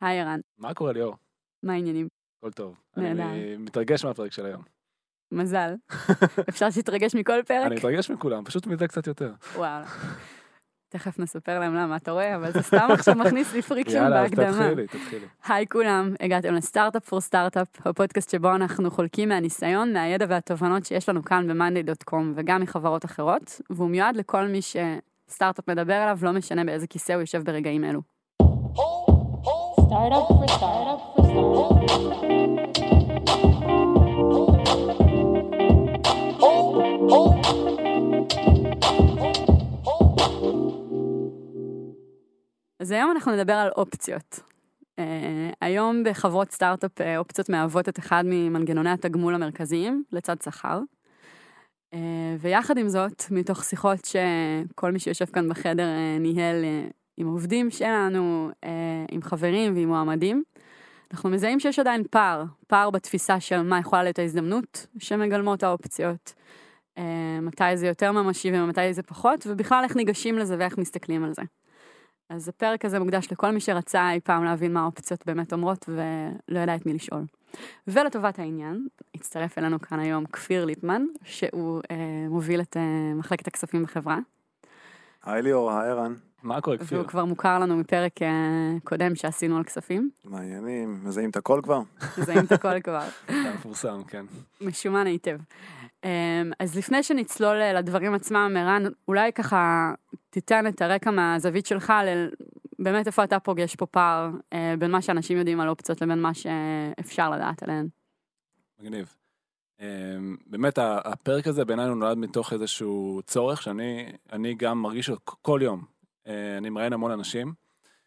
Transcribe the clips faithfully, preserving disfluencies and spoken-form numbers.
היי ערן. מה קורה ליאור? מה העניינים? הכל טוב. נהדר. אני מתרגש מהפרק של היום. מזל. אפשר שתתרגש מכל פרק? אני מתרגש מכולם, פשוט מזה קצת יותר. וואלה. תכף נספר להם למה, אתה רואה? אבל זה סתם עכשיו מכניס לי פריקשן בהקדמה. יאללה, אז תתחילי, תתחילי. היי כולם, הגעתם לסטארט-אפ פור סטארט-אפ, הפודקאסט שבו אנחנו חולקים מהניסיון, מהידע והתובנות שיש לנו כאן ב-מאנדיי דוט קום וגם מחברות אחרות, והוא מיועד לכל מי שסטארט-אפ מדבר עליו, לא משנה באיזה כיסא הוא יושב ברגעים אלו. Startup for startup for startup. אז היום אנחנו נדבר על אופציות. Uh, היום בחברות סטארט-אפ uh, אופציות מהוות את אחד ממנגנוני התגמול המרכזיים לצד שכר. Uh, ויחד עם זאת, מתוך שיחות שכל מי שיושב כאן בחדר uh, ניהל uh, עם עובדים שלנו, uh, עם חברים ועם מועמדים, אנחנו מזהים שיש עדיין פער, פער בתפיסה של מה יכולה להיות ההזדמנות שמגלמות האופציות, uh, מתי זה יותר ממשי ומתי זה פחות, ובכלל איך ניגשים לזה ואיך מסתכלים על זה. אז הפרק הזה מוקדש לכל מי שרצה אי פעם להבין מה האופציות באמת אומרות ולא ידע את מי לשאול. ולטובת העניין, הצטרף אלינו כאן היום כפיר ליטמן, שהוא אה, מוביל את אה, מחלקת הכספים בחברה. היי ליאור, היי ערן. מה קורה כפיר? והוא כבר מוכר לנו מפרק אה, קודם שעשינו על כספים. מעניינים, מזהים את הכל כבר? מזהים את הכל כבר. זה מפורסם, כן. משומן היטב. אז לפני שנצלול לדברים עצמם, ערן, אולי ככה תיתן את הרקע מהזווית שלך, באמת איפה אתה פוגש פה פער בין מה שאנשים יודעים על אופציות לבין מה שאפשר לדעת עליהן. מגניב. באמת הפרק הזה בעיניי הוא נולד מתוך איזשהו צורך שאני אני גם מרגיש כל יום. אני מראיין המון אנשים,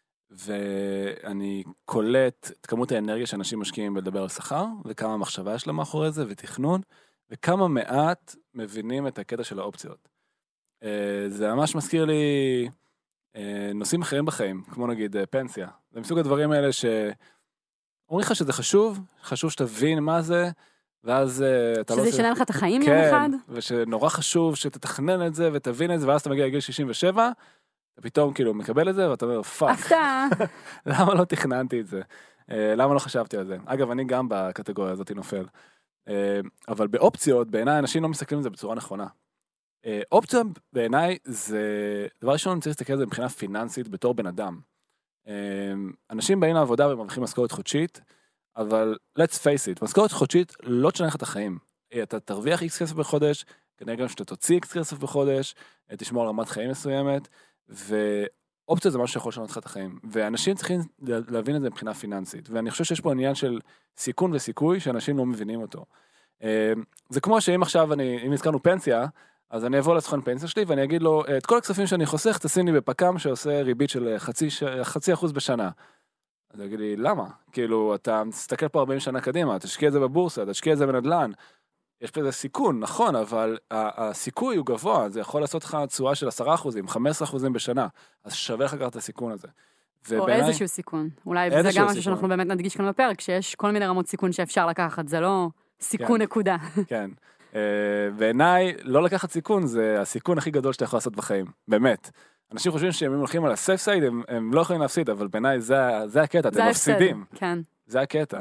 ואני קולט את כמות האנרגיה שאנשים משקיעים בלדבר על שכר, וכמה מחשבה יש לה מאחורי זה, ותכנון, וכמה מעט מבינים את הקטע של האופציות. זה ממש מזכיר לי נושאים אחרים בחיים, כמו נגיד פנסיה. זה מסוג הדברים האלה שאומרים לך שזה חשוב, חשוב שתבין מה זה, ואז אתה לא... שזה ישנה לך את החיים יום כן, אחד? ושנורא חשוב שתתכנן את זה ותבין את זה, ואז אתה מגיע לגיל שישים ושבע, אתה פתאום כאילו מקבל את זה, ואתה אומר, פאק. הפתעה. למה לא תכננתי את זה? למה לא חשבתי על זה? אגב, אני גם בקטגוריה הזאת נופל. אבל באופציות, בעיניי, אנשים לא מסתכלים על זה בצורה נכונה. אופציה בעיניי זה, דבר ראשון, אני צריך להסתכל על זה מבחינה פיננסית בתור בן אדם. אנשים באים לעבודה ומרוויחים משכורת חודשית, אבל let's face it, משכורת חודשית לא תשנה לך את החיים. אתה תרוויח X כסף בחודש, כנראה גם שאתה תוציא X כסף בחודש, תשמור על רמת חיים מסוימת, ואופציה זה משהו שיכול לשנות לך את החיים. ואנשים צריכים להבין את זה מבחינה פיננסית, ואני חושב שיש פה עניין של סיכון וסיכוי שאנשים לא מבינים אותו. זה כמו שאם עכשיו, אני, אם נזכרנו פנסיה, אז אני אבוא לסוכן פנסיה שלי, ואני אגיד לו, את כל הכספים שאני חוסך, תשים לי בפקם שעושה ריבית של חצי, חצי אחוז בשנה. אז אני אגיד לי, למה? כאילו, אתה מסתכל פה ארבעים שנה קדימה, תשקיע את זה בבורסה, תשקיע את זה בנדל"ן. יש פה איזה סיכון, נכון, אבל הסיכוי הוא גבוה, זה יכול לעשות לך תשואה של עשרה אחוזים, חמישה עשר אחוזים בשנה, אז שווה לך לקחת את הסיכון הזה. או איזשהו סיכון. אולי זה גם משהו שאנחנו באמת נדגיש כאן בפרק, שיש כל מיני רמות סיכון שאפשר לקחת, זה לא סיכון נקודה. כן. בעיניי, לא לקחת סיכון, זה הסיכון הכי גדול שאתה יכול לעשות בחיים, באמת. אנשים חושבים שהם הולכים על הסייף סייד, הם, הם לא יכולים להפסיד, אבל בעיניי זה, זה הקטע, אתם מפסידים. כן. זה הקטע.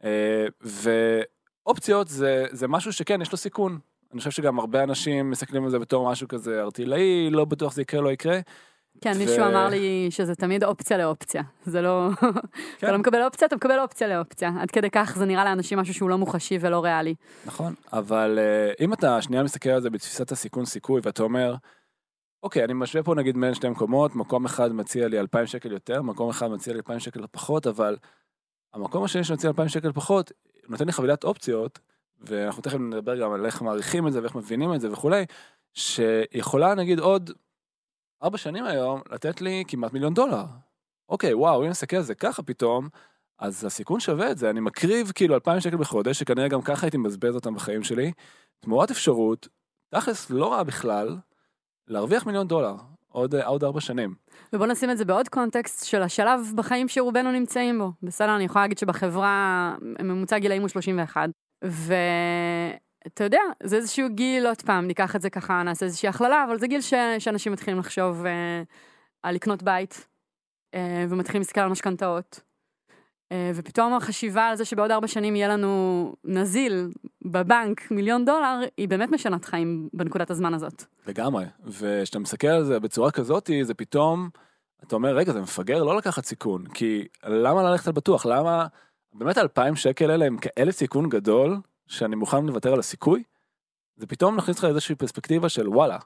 ואופציות זה, זה משהו שכן, יש לו סיכון. אני חושב שגם הרבה אנשים מסתכלים על זה בתור משהו כזה ארטילאי, לא בטוח זה יקרה, לא יקרה. כן, ו... מישהו אמר לי שזה תמיד אופציה לאופציה. זה לא... כן. אתה לא מקבל אופציה, אתה מקבל אופציה לאופציה. עד כדי כך זה נראה לאנשים משהו שהוא לא מוחשי ולא ריאלי. נכון, אבל אם אתה שנייה מסתכל על זה בתפיסת הסיכון סיכוי, ואתה אומר, אוקיי, אני משווה פה נגיד בין שתי מקומות, מקום אחד מציע לי אלפיים שקל יותר, מקום אחד מציע לי אלפיים שקל פחות, אבל המקום השני שמציע אלפיים שקל פחות, נותן לי חבילת אופציות, ואנחנו תכף נדבר גם על איך מעריכים את זה ואיך מבינים את זה וכולי, שיכולה נגיד עוד ארבע שנים היום לתת לי כמעט מיליון דולר. אוקיי, וואו, אם נסתכל על זה ככה פתאום, אז הסיכון שווה את זה. אני מקריב כאילו אלפיים שקל בחודש, שכנראה גם ככה הייתי מבזבז אותם בחיים שלי, תמורת אפשרות, תכלס לא רע בכלל, להרוויח מיליון דולר, עוד, עוד ארבע שנים. ובוא נשים את זה בעוד קונטקסט של השלב בחיים שרובנו נמצאים בו. בסדר, אני יכולה להגיד שבחברה ממוצע גילאים הוא שלושים ואחת, ואתה יודע, זה איזשהו גיל, עוד פעם, ניקח את זה ככה, נעשה איזושהי הכללה, אבל זה גיל ש... שאנשים מתחילים לחשוב אה, על לקנות בית, אה, ומתחילים להסתכל על משכנתאות, ופתאום החשיבה על זה שבעוד ארבע שנים יהיה לנו נזיל בבנק מיליון דולר, היא באמת משנת חיים בנקודת הזמן הזאת. לגמרי, ושאתה מסתכל על זה בצורה כזאת, זה פתאום, אתה אומר, רגע, זה מפגר לא לקחת סיכון, כי למה ללכת על בטוח? למה, באמת אלפיים שקל אלה הם כאלה סיכון גדול, שאני מוכן לוותר על הסיכוי? זה פתאום נכניס לך איזושהי פרספקטיבה של וואלה.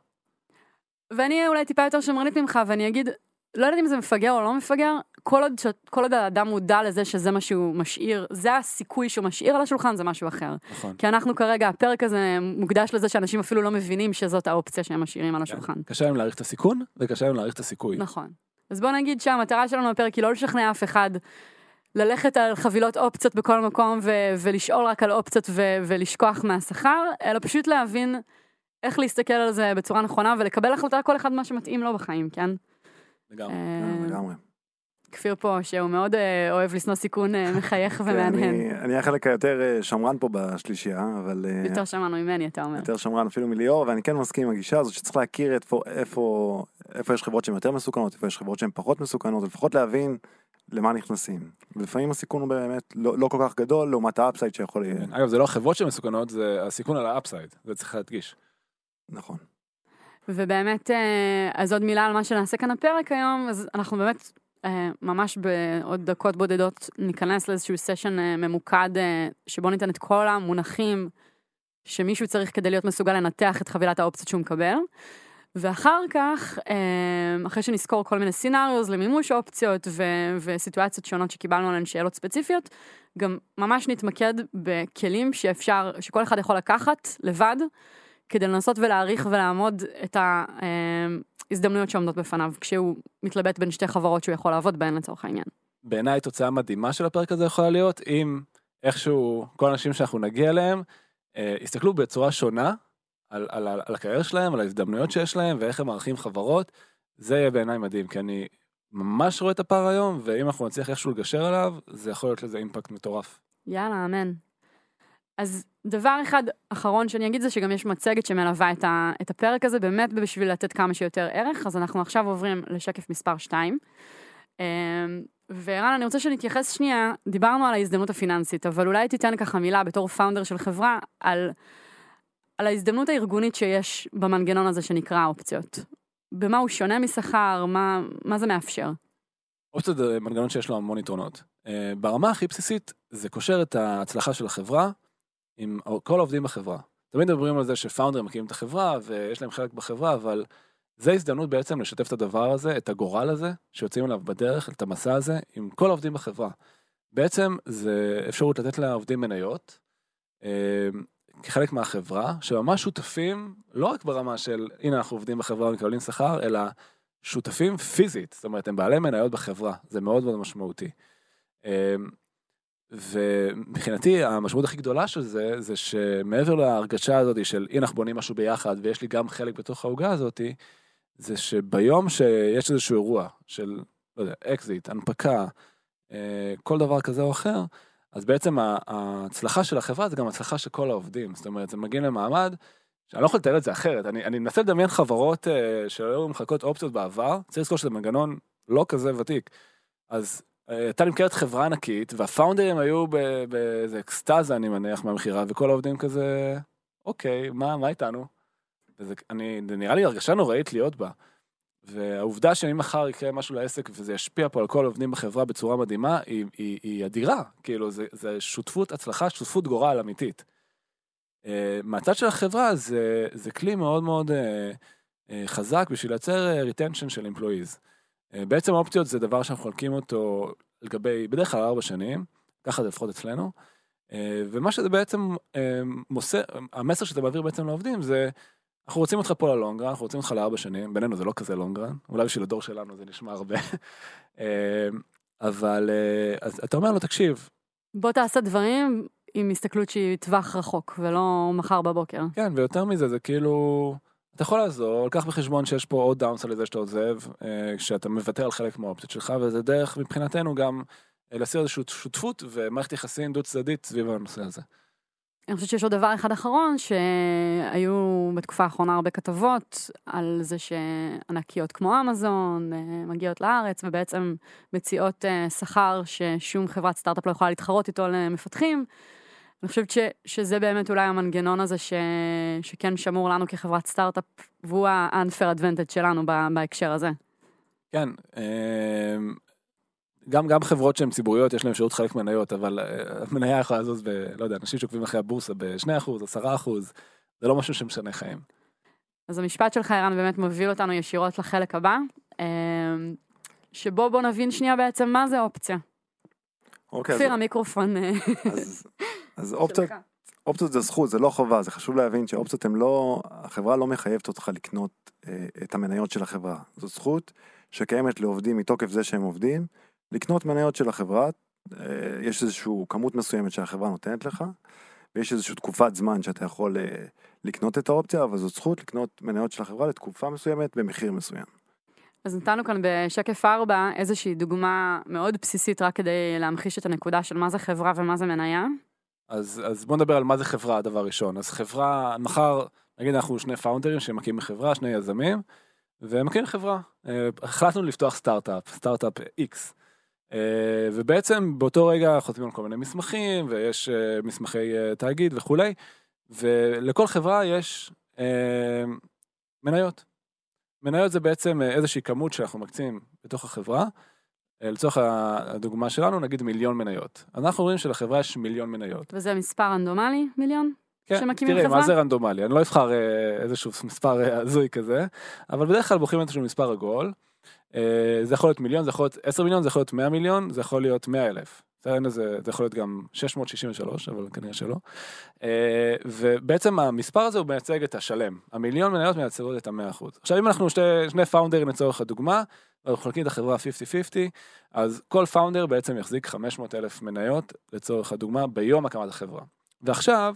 ואני אולי טיפה יותר שמרנית ממך, ואני אגיד, לא יודעת אם זה מפגר או לא מפגר, כל עוד, כל עוד האדם מודע לזה שזה מה שהוא משאיר, זה הסיכוי שהוא משאיר על השולחן, זה משהו אחר. נכון. כי אנחנו כרגע, הפרק הזה מוקדש לזה שאנשים אפילו לא מבינים שזאת האופציה שהם משאירים על השולחן. קשה להם להעריך את הסיכון, וקשה להם להעריך את הסיכוי. נכון. אז בוא נגיד שהמטרה שלנו בפרק היא לא לשכנע אף אחד, ללכת על חבילות אופציות בכל מקום, ו- ולשאול רק על אופציות ו- ולשכוח מהשכר, אלא פשוט להבין איך להסתכל על זה בצורה נכונה, ולקבל החלטה כל אחד מה שמתאים לו בחיים, כן? לגמרי. לגמרי. כפיר פה, שהוא מאוד אוהב לסנוע סיכון, מחייך ומעניין. אני החלק היותר שמרן פה בשלישייה, אבל... יותר שמרנו ממני, אתה אומר. יותר שמרן אפילו מליאור, ואני כן מסכים עם הגישה הזאת, שצריך להכיר איפה יש חברות שהן יותר מסוכנות, איפה יש חברות שהן פחות מסוכנות, ולפחות להבין למה נכנסים. ולפעמים הסיכון הוא באמת לא כל כך גדול, לעומת האפסייד שיכול להיות. אגב, זה לא החברות שמסוכנות, זה הסיכון על האפסייד, זה צריך להדגיש. נכון. ובאמת, אז עוד מילה על מה שנעשה כאן הפרק היום, אז אנחנו באמת ממש בעוד דקות בודדות ניכנס לאיזשהו סשן ממוקד, שבו ניתן את כל המונחים שמישהו צריך כדי להיות מסוגל לנתח את חבילת האופציות שהוא מקבל, ואחר כך, אחרי שנזכור כל מיני סינריוז למימוש אופציות ו- וסיטואציות שונות שקיבלנו עליהן שאלות ספציפיות, גם ממש נתמקד בכלים שאפשר, שכל אחד יכול לקחת לבד, כדי לנסות ולהעריך ולעמוד את ההזדמנויות שעומדות בפניו, כשהוא מתלבט בין שתי חברות שהוא יכול לעבוד בהן לצורך העניין. בעיניי תוצאה מדהימה של הפרק הזה יכולה להיות, אם איכשהו כל האנשים שאנחנו נגיע אליהם, הסתכלו בצורה שונה, על, על, על, על הקריירה שלהם, על ההזדמנויות שיש להם, ואיך הם מערכים חברות, זה יהיה בעיניי מדהים, כי אני ממש רואה את הפער היום, ואם אנחנו נצליח איכשהו לגשר עליו, זה יכול להיות לזה אימפקט מטורף. יאללה, אמן. אז דבר אחד אחרון שאני אגיד זה שגם יש מצגת שמלווה את, ה, את הפרק הזה, באמת בשביל לתת כמה שיותר ערך, אז אנחנו עכשיו עוברים לשקף מספר שתיים. ורן, אני רוצה שנתייחס שנייה, דיברנו על ההזדמנות הפיננסית, אבל אולי תיתן ככה מילה בתור פאונדר של חברה, על, על ההזדמנות הארגונית שיש במנגנון הזה שנקרא אופציות. במה הוא שונה משכר, מה, מה זה מאפשר? אופציות זה מנגנון שיש לו המון יתרונות. ברמה הכי בסיסית, זה קושר את ההצלחה של החברה, עם כל העובדים בחברה. תמיד מדברים על זה שפאונדרים מקימים את החברה, ויש להם חלק בחברה, אבל זה הזדמנות בעצם לשתף את הדבר הזה, את הגורל הזה, שיוצאים אליו בדרך, את המסע הזה, עם כל העובדים בחברה. בעצם זה אפשרות לתת לעובדים מניות, כחלק מהחברה, שממש שותפים, לא רק ברמה של, הנה אנחנו עובדים בחברה ומקבלים שכר, אלא שותפים פיזית, זאת אומרת, הם בעלי מניות בחברה, זה מאוד מאוד משמעותי. ומבחינתי המשמעות הכי גדולה של זה, זה שמעבר להרגשה הזאת של הנה אנחנו בונים משהו ביחד, ויש לי גם חלק בתוך ההוגה הזאת, זה שביום שיש איזשהו אירוע של, לא יודע, אקזיט, הנפקה, כל דבר כזה או אחר, אז בעצם ההצלחה של החברה זה גם הצלחה של כל העובדים, זאת אומרת, זה מגיעים למעמד, שאני לא יכול לתאר את זה אחרת, אני, אני מנסה לדמיין חברות שהיו מחלקות אופציות בעבר, צריך לזכור שזה מנגנון לא כזה ותיק, אז הייתה נמכרת חברה ענקית, והפאונדרים היו באיזה אקסטאזה, אני מניח, מהמחירה, וכל העובדים כזה, אוקיי, מה, מה איתנו? וזה, אני, זה נראה לי הרגשה נוראית להיות בה. והעובדה שאם מחר יקרה משהו לעסק, וזה ישפיע פה על כל העובדים בחברה בצורה מדהימה, היא, היא, היא אדירה. כאילו, זה, זה שותפות הצלחה, שותפות גורל אמיתית. מהצד של החברה, זה, זה כלי מאוד מאוד חזק בשביל לייצר retention של employees. בעצם האופציות זה דבר שאנחנו חולקים אותו לגבי, בדרך כלל ארבע שנים, ככה זה לפחות אצלנו, ומה שזה בעצם מוסר, המסר שאתה מעביר בעצם לעובדים זה, אנחנו רוצים אותך פה ללונגרן, אנחנו רוצים אותך לארבע שנים, בינינו זה לא כזה לונגרן, אולי בשביל הדור שלנו זה נשמע הרבה, אבל אז אתה אומר לו, תקשיב. בוא תעשה דברים עם הסתכלות שהיא טווח רחוק, ולא מחר בבוקר. כן, ויותר מזה זה כאילו... אתה יכול לעזור, לקח בחשבון שיש פה עוד דאונס על זה שאתה עוזב, כשאתה מוותר על חלק מהאופציות שלך, וזה דרך מבחינתנו גם להסיר איזושהי שותפות ומערכת יחסים דו צדדית סביב הנושא הזה. אני חושבת שיש עוד דבר אחד אחרון, שהיו בתקופה האחרונה הרבה כתבות על זה שענקיות כמו אמזון מגיעות לארץ, ובעצם מציעות שכר ששום חברת סטארט-אפ לא יכולה להתחרות איתו למפתחים. אני חושבת ש, שזה באמת אולי המנגנון הזה ש, שכן שמור לנו כחברת סטארט-אפ, והוא ה-unfair advantage שלנו בהקשר הזה. כן, גם, גם חברות שהן ציבוריות, יש להן אפשרות חלק מניות, אבל המניה יכולה לזוז ב, לא יודע, אנשים שעוקבים אחרי הבורסה ב-שני אחוז, עשרה אחוז, זה לא משהו שמשנה חיים. אז המשפט שלך, ערן, באמת מוביל אותנו ישירות לחלק הבא, שבו בוא נבין שנייה בעצם מה זה אופציה. אוקיי, כפיר אז, המיקרופון אז, אז אופציות, אופציות זה זכות, זה לא חובה, זה חשוב להבין שאופציות הן לא, החברה לא מחייבת אותך לקנות אה, את המניות של החברה. זו זכות שקיימת לעובדים מתוקף זה שהם עובדים, לקנות מניות של החברה, אה, יש איזושהי כמות מסוימת שהחברה נותנת לך, ויש איזושהי תקופת זמן שאתה יכול אה, לקנות את האופציה, אבל זו זכות לקנות מניות של החברה לתקופה מסוימת במחיר מסוים. אז נתנו כאן בשקף ארבע איזושהי דוגמה מאוד בסיסית רק כדי להמחיש את הנקודה של מה זה חברה ומה זה מניה. אז, אז בוא נדבר על מה זה חברה, הדבר ראשון. אז חברה, מחר, נגיד אנחנו שני פאונדרים שמקימים בחברה, שני יזמים, ומקימים חברה. החלטנו לפתוח סטארט-אפ, סטארט-אפ X. ובעצם באותו רגע חותמים על כל מיני מסמכים, ויש מסמכי תאגיד וכולי, ולכל חברה יש מניות. מניות זה בעצם איזושהי כמות שאנחנו מקצים בתוך החברה, לצורך הדוגמה שלנו, נגיד מיליון מניות. אנחנו רואים שלחברה יש מיליון מניות. וזה מספר רנדומלי, מיליון? כן, שמקימים תראי, חברה? מה זה רנדומלי? אני לא אבחר איזשהו מספר הזוי כזה, אבל בדרך כלל בוחרים איזשהו מספר עגול. זה יכול להיות מיליון, זה יכול להיות עשרה מיליון, זה יכול להיות מאה מיליון, זה יכול להיות מאה אלף. זה יכול להיות גם שש מאות שישים ושלוש, אבל כנראה שלא. ובעצם המספר הזה הוא מייצג את השלם. המיליון מניות מייצגות את ה-מאה אחוז. עכשיו, אם אנחנו שני, שני פאונדרים לצורך הדוגמה, ואנחנו חולקים את החברה חמישים חמישים, אז כל פאונדר בעצם יחזיק חמש מאות אלף מניות לצורך הדוגמה ביום הקמת החברה. ועכשיו,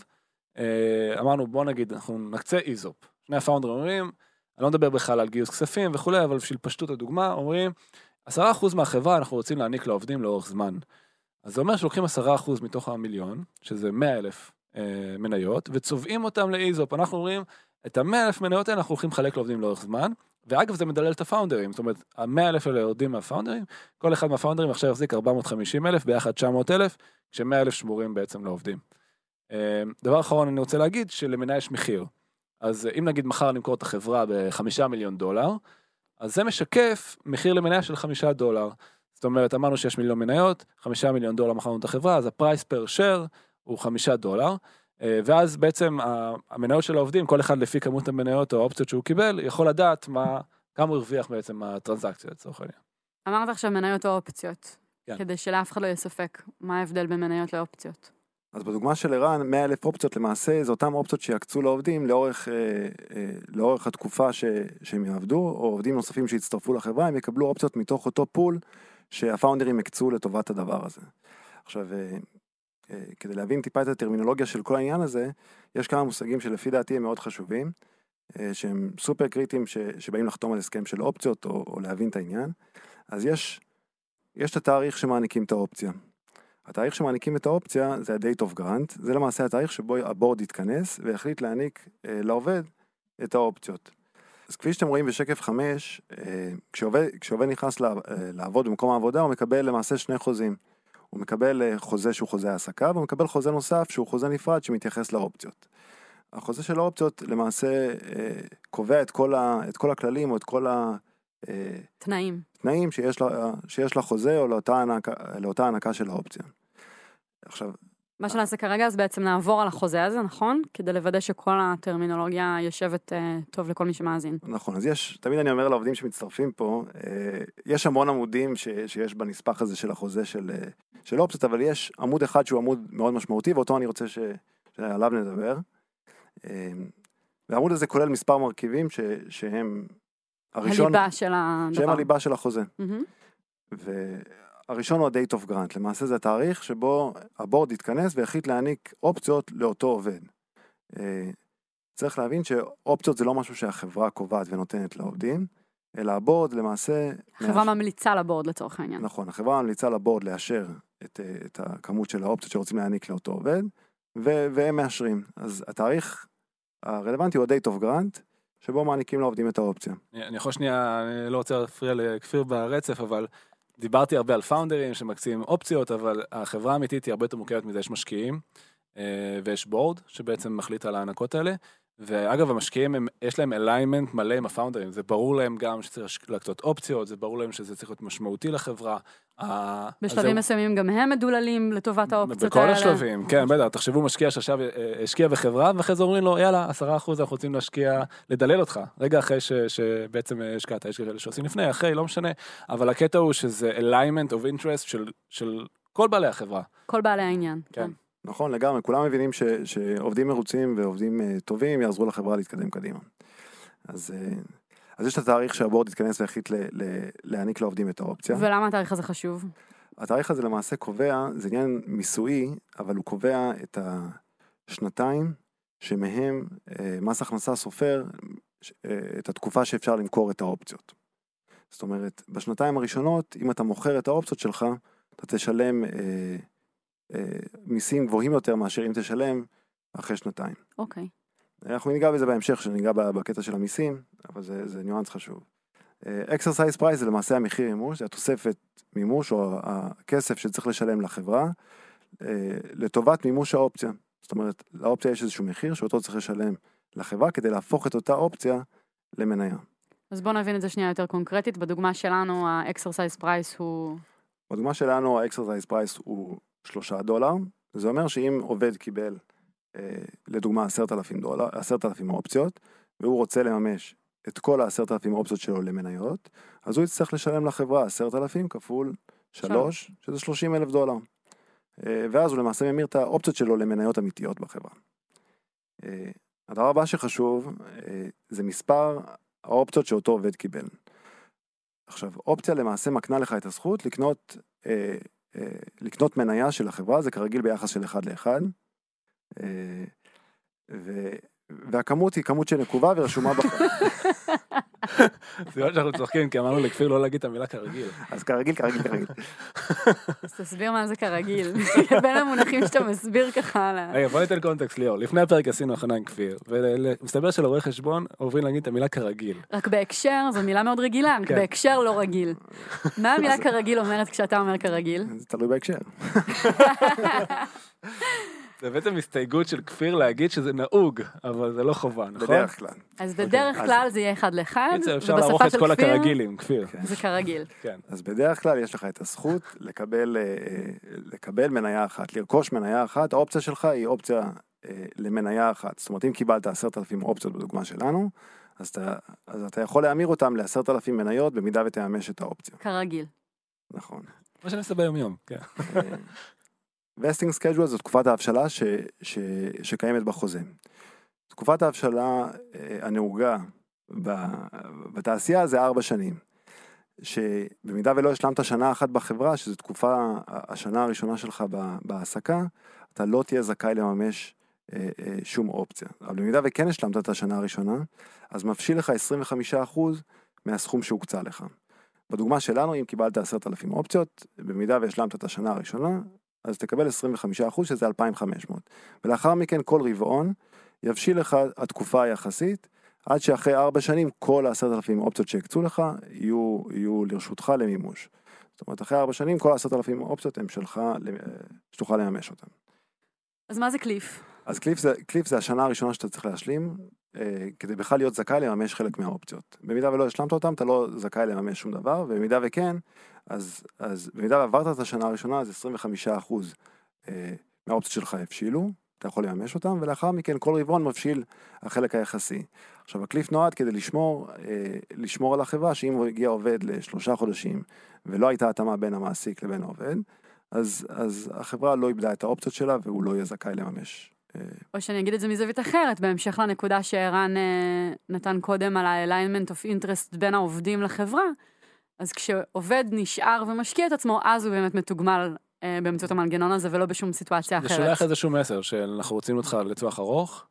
אמרנו, בוא נגיד, אנחנו נקצה איזופ. שני הפאונדרים אומרים, אני לא מדבר בכלל על גיוס כספים וכולי, אבל בשביל פשטות הדוגמה, אומרים, עשרה אחוז מהחברה אנחנו רוצים להעניק לעובדים לאורך זמן. אז זה אומר שלוקחים עשרה אחוז מתוך המיליון, שזה מאה אלף אה, מניות, וצובעים אותם לאיזופ. אנחנו אומרים, את ה-מאה אלף מניות האלה אנחנו הולכים לחלק לעובדים לאורך זמן, ואגב זה מדלל את הפאונדרים, זאת אומרת, ה-מאה אלף האלה יורדים מהפאונדרים, כל אחד מהפאונדרים עכשיו יחזיק ארבע מאות וחמישים אלף, ביחד תשע מאות אלף, כש-מאה אלף שמורים בעצם לעובדים. אה, דבר אחרון אני רוצה להגיד, שלמניה יש מחיר. אז אם נגיד מחר נמכור את החברה בחמישה מיליון דולר, אז זה משקף מחיר למניה של חמישה דולר. זאת אומרת, אמרנו שיש מיליון מניות, חמישה מיליון דולר מכרנו את החברה, אז הפרייס פר שייר הוא חמישה דולר, ואז בעצם המניות של העובדים, כל אחד לפי כמות המניות או האופציות שהוא קיבל, יכול לדעת מה, כמה הוא הרוויח בעצם הטרנזקציה לצורך העניין. אמרת עכשיו מניות או אופציות, כן. כדי שלאף אחד לא יהיה ספק, מה ההבדל בין מניות לאופציות? אז בדוגמה של ערן, מאה אלף אופציות למעשה, זה אותם אופציות שיקצו לעובדים לאורך, אה, אה, לאורך התקופה ש, שהם יעבדו, או עובדים נוספים שיצטרפו לחברה, הם יקבלו אופציות מתוך אותו פול שהפאונדרים יקצו לטובת הדבר הזה. עכשיו, אה, אה, כדי להבין טיפה את הטרמינולוגיה של כל העניין הזה, יש כמה מושגים שלפי דעתי הם מאוד חשובים, אה, שהם סופר קריטיים ש, שבאים לחתום על הסכם של אופציות או, או להבין את העניין. אז יש, יש את התאריך שמעניקים את האופציה. התאריך שמעניקים את האופציה זה ה-date of grant, זה למעשה התאריך שבו הבורד יתכנס ויחליט להעניק אה, לעובד את האופציות. אז כפי שאתם רואים בשקף חמש, אה, כשעובד, כשעובד נכנס לה, אה, לעבוד במקום העבודה, הוא מקבל למעשה שני חוזים. הוא מקבל אה, חוזה שהוא חוזה העסקה, והוא מקבל חוזה נוסף שהוא חוזה נפרד שמתייחס לאופציות. החוזה של האופציות למעשה אה, קובע את כל, ה, את כל הכללים או את כל ה... תנאים. תנאים שיש לה, שיש לה חוזה או לאותה הענקה, לאותה הענקה של האופציה. עכשיו, מה שנעשה כרגע אז בעצם נעבור על החוזה הזה, נכון? כדי לוודא שכל הטרמינולוגיה יושבת אה, טוב לכל מי שמאזין. נכון, אז יש, תמיד אני אומר לעובדים שמצטרפים פה, אה, יש המון עמודים ש, שיש בנספח הזה של החוזה של, של אופציות, אבל יש עמוד אחד שהוא עמוד מאוד משמעותי, ואותו אני רוצה ש, שעליו נדבר. אה, והעמוד הזה כולל מספר מרכיבים ש, שהם הראשון, הליבה של הדבר. שהם הליבה של החוזה. Mm-hmm. והראשון הוא ה-date of grant, למעשה זה התאריך שבו הבורד יתכנס ויחליט להעניק אופציות לאותו עובד. צריך להבין שאופציות זה לא משהו שהחברה קובעת ונותנת לעובדים, אלא הבורד למעשה... החברה מאש... ממליצה לבורד לצורך העניין. נכון, החברה ממליצה לבורד לאשר את, את הכמות של האופציות שרוצים להעניק לאותו עובד, ו- והם מאשרים. אז התאריך הרלוונטי הוא ה-date of grant, שבו מעניקים לעובדים את האופציה. אני אני יכול שנייה, אני לא רוצה להפריע לכפיר ברצף, אבל דיברתי הרבה על פאונדרים שמקצים אופציות, אבל החברה האמיתית היא הרבה יותר מורכבת מזה, יש משקיעים, אה, ויש בורד שבעצם מחליט על הענקות האלה, ואגב, המשקיעים, הם, יש להם אליימנט מלא עם הפאונדרים, זה ברור להם גם שצריך להקצות אופציות, זה ברור להם שזה צריך להיות משמעותי לחברה. בשלבים מסוימים גם הם מדוללים לטובת האופציות בכל האלה. השלבים, כן, בטח, תחשבו משקיע שעכשיו השקיע בחברה, ואחרי זה אומרים לו, יאללה, עשרה אחוז אנחנו רוצים להשקיע, לדלל אותך, רגע אחרי ש, שבעצם השקעת, יש כאלה שעושים לפני, אחרי, לא משנה, אבל הקטע הוא שזה alignment of interest של, של כל בעלי החברה. כל בעלי העניין, כן. כן. נכון, לגמרי, כולם מבינים ש, שעובדים מרוצים ועובדים uh, טובים יעזרו לחברה להתקדם קדימה. אז, uh, אז יש את התאריך שהבורד יתכנס והחליט ל, ל, להעניק לעובדים את האופציה. ולמה התאריך הזה חשוב? התאריך הזה למעשה קובע, זה עניין מיסוי, אבל הוא קובע את השנתיים שמהם uh, מס הכנסה סופר uh, את התקופה שאפשר למכור את האופציות. זאת אומרת, בשנתיים הראשונות, אם אתה מוכר את האופציות שלך, אתה תשלם uh, מיסים גבוהים יותר מאשר אם תשלם אחרי שנתיים. אוקיי. אנחנו ניגע בזה בהמשך, שניגע בקטע של המיסים, אבל זה, זה ניואנס חשוב. Exercise price זה למעשה המחיר מימוש, זה התוספת מימוש או הכסף שצריך לשלם לחברה, לטובת מימוש האופציה. זאת אומרת, לאופציה יש איזשהו מחיר שאותו צריך לשלם לחברה, כדי להפוך את אותה אופציה למניה. אז בואו נבין את זה שנייה יותר קונקרטית. בדוגמה שלנו, ה-Exercise price הוא... בדוגמה שלנו, ה-Exercise price הוא שלושה דולר, זה אומר שאם עובד קיבל, אה, לדוגמה, עשרת אלפים דולר, עשרת אלפים אופציות, והוא רוצה לממש את כל העשרת אלפים אופציות שלו למניות, אז הוא יצטרך לשלם לחברה עשרת אלפים כפול שלוש, שזה שלושים אלף דולר. אה, ואז הוא למעשה ממיר את האופציות שלו למניות אמיתיות בחברה. אה, הדבר הבא שחשוב, אה, זה מספר האופציות שאותו עובד קיבל. עכשיו, אופציה למעשה מקנה לך את הזכות לקנות, אה, לקנות מניה של החברה, זה כרגיל ביחס של אחד לאחד, ו... והכמות היא כמות שנקובה ורשומה בחברה. סימן שאנחנו צוחקים, כי אמרנו לכפיר לא להגיד את המילה כרגיל. אז כרגיל, כרגיל, כרגיל. אז תסביר מה זה כרגיל. בין המונחים שאתה מסביר ככה על ה... רגע, בוא ניתן קונטקסט, ליאור. לפני הפרק עשינו הכנה עם כפיר, ומסתבר של עורך חשבון עוברים להגיד את המילה כרגיל. רק בהקשר, זו מילה מאוד רגילה, רק בהקשר לא רגיל. מה המילה כרגיל אומרת כשאתה אומר כרגיל? זה תלוי בהקשר. זה בעצם הסתייגות של כפיר להגיד שזה נהוג, אבל זה לא חובה, נכון? בדרך כלל. אז בדרך כלל זה יהיה אחד לאחד, אפשר לערוך את כל הכרגילים, כפיר. זה כרגיל. אז בדרך כלל יש לך את הזכות לקבל, לקבל מניה אחת, לרכוש מניה אחת, האופציה שלך היא אופציה למניה אחת. זאת אומרת, אם קיבלת עשרת אלפים אופציות בדוגמה שלנו, אז אתה, אז אתה יכול להמיר אותם לעשרת אלפים מניות במידה ותאמש את האופציה. כרגיל. נכון. מה שאני עושה ביום יום, כן. vesting schedule זו תקופת ההבשלה ש, ש, שקיימת בחוזה. תקופת ההבשלה הנהוגה בתעשייה זה ארבע שנים. שבמידה ולא השלמת שנה אחת בחברה, שזו תקופה, השנה הראשונה שלך בהעסקה, אתה לא תהיה זכאי לממש שום אופציה. אבל במידה וכן השלמת את השנה הראשונה, אז מפשיל לך עשרים וחמישה אחוז מהסכום שהוקצה לך. בדוגמה שלנו, אם קיבלת עשרת אלפים אופציות, במידה והשלמת את השנה הראשונה, אז תקבל עשרים וחמישה אחוז, שזה אלפיים וחמש מאות. ולאחר מכן, כל רבעון, יבשיל לך התקופה היחסית, עד שאחרי ארבע שנים, כל עשרת אלפים אופציות שהקצו לך, יהיו, יהיו לרשותך למימוש. זאת אומרת, אחרי ארבע שנים, כל עשרת אלפים אופציות הם שלך, שתוכל לממש אותם. אז מה זה קליף? אז קליף זה, קליף זה השנה הראשונה שאתה צריך להשלים, אה, כדי בכלל להיות זכאי לממש חלק מהאופציות. במידה ולא השלמת אותם, אתה לא זכאי לממש שום דבר, ובמידה וכן, אז, אז במידה ועברת את השנה הראשונה, אז עשרים וחמישה אחוז אה, מהאופציות שלך הבשילו, אתה יכול לממש אותם, ולאחר מכן כל רבעון מבשיל החלק היחסי. עכשיו, הקליף נועד כדי לשמור, אה, לשמור על החברה, שאם הוא הגיע עובד לשלושה חודשים, ולא הייתה התאמה בין המעסיק לבין העובד, אז, אז החברה לא איבדה את האופציות שלה, והוא לא יהיה זכאי לממש. או שאני אגיד את זה מזווית אחרת, בהמשך לנקודה שערן נתן קודם על ה-alignment of interest בין העובדים לחברה, אז כשעובד נשאר ומשקיע את עצמו, אז הוא באמת מתוגמל באמצעות המנגנון הזה, ולא בשום סיטואציה אחרת. זה שולח איזשהו מסר, שאנחנו רוצים אותך לטווח ארוך,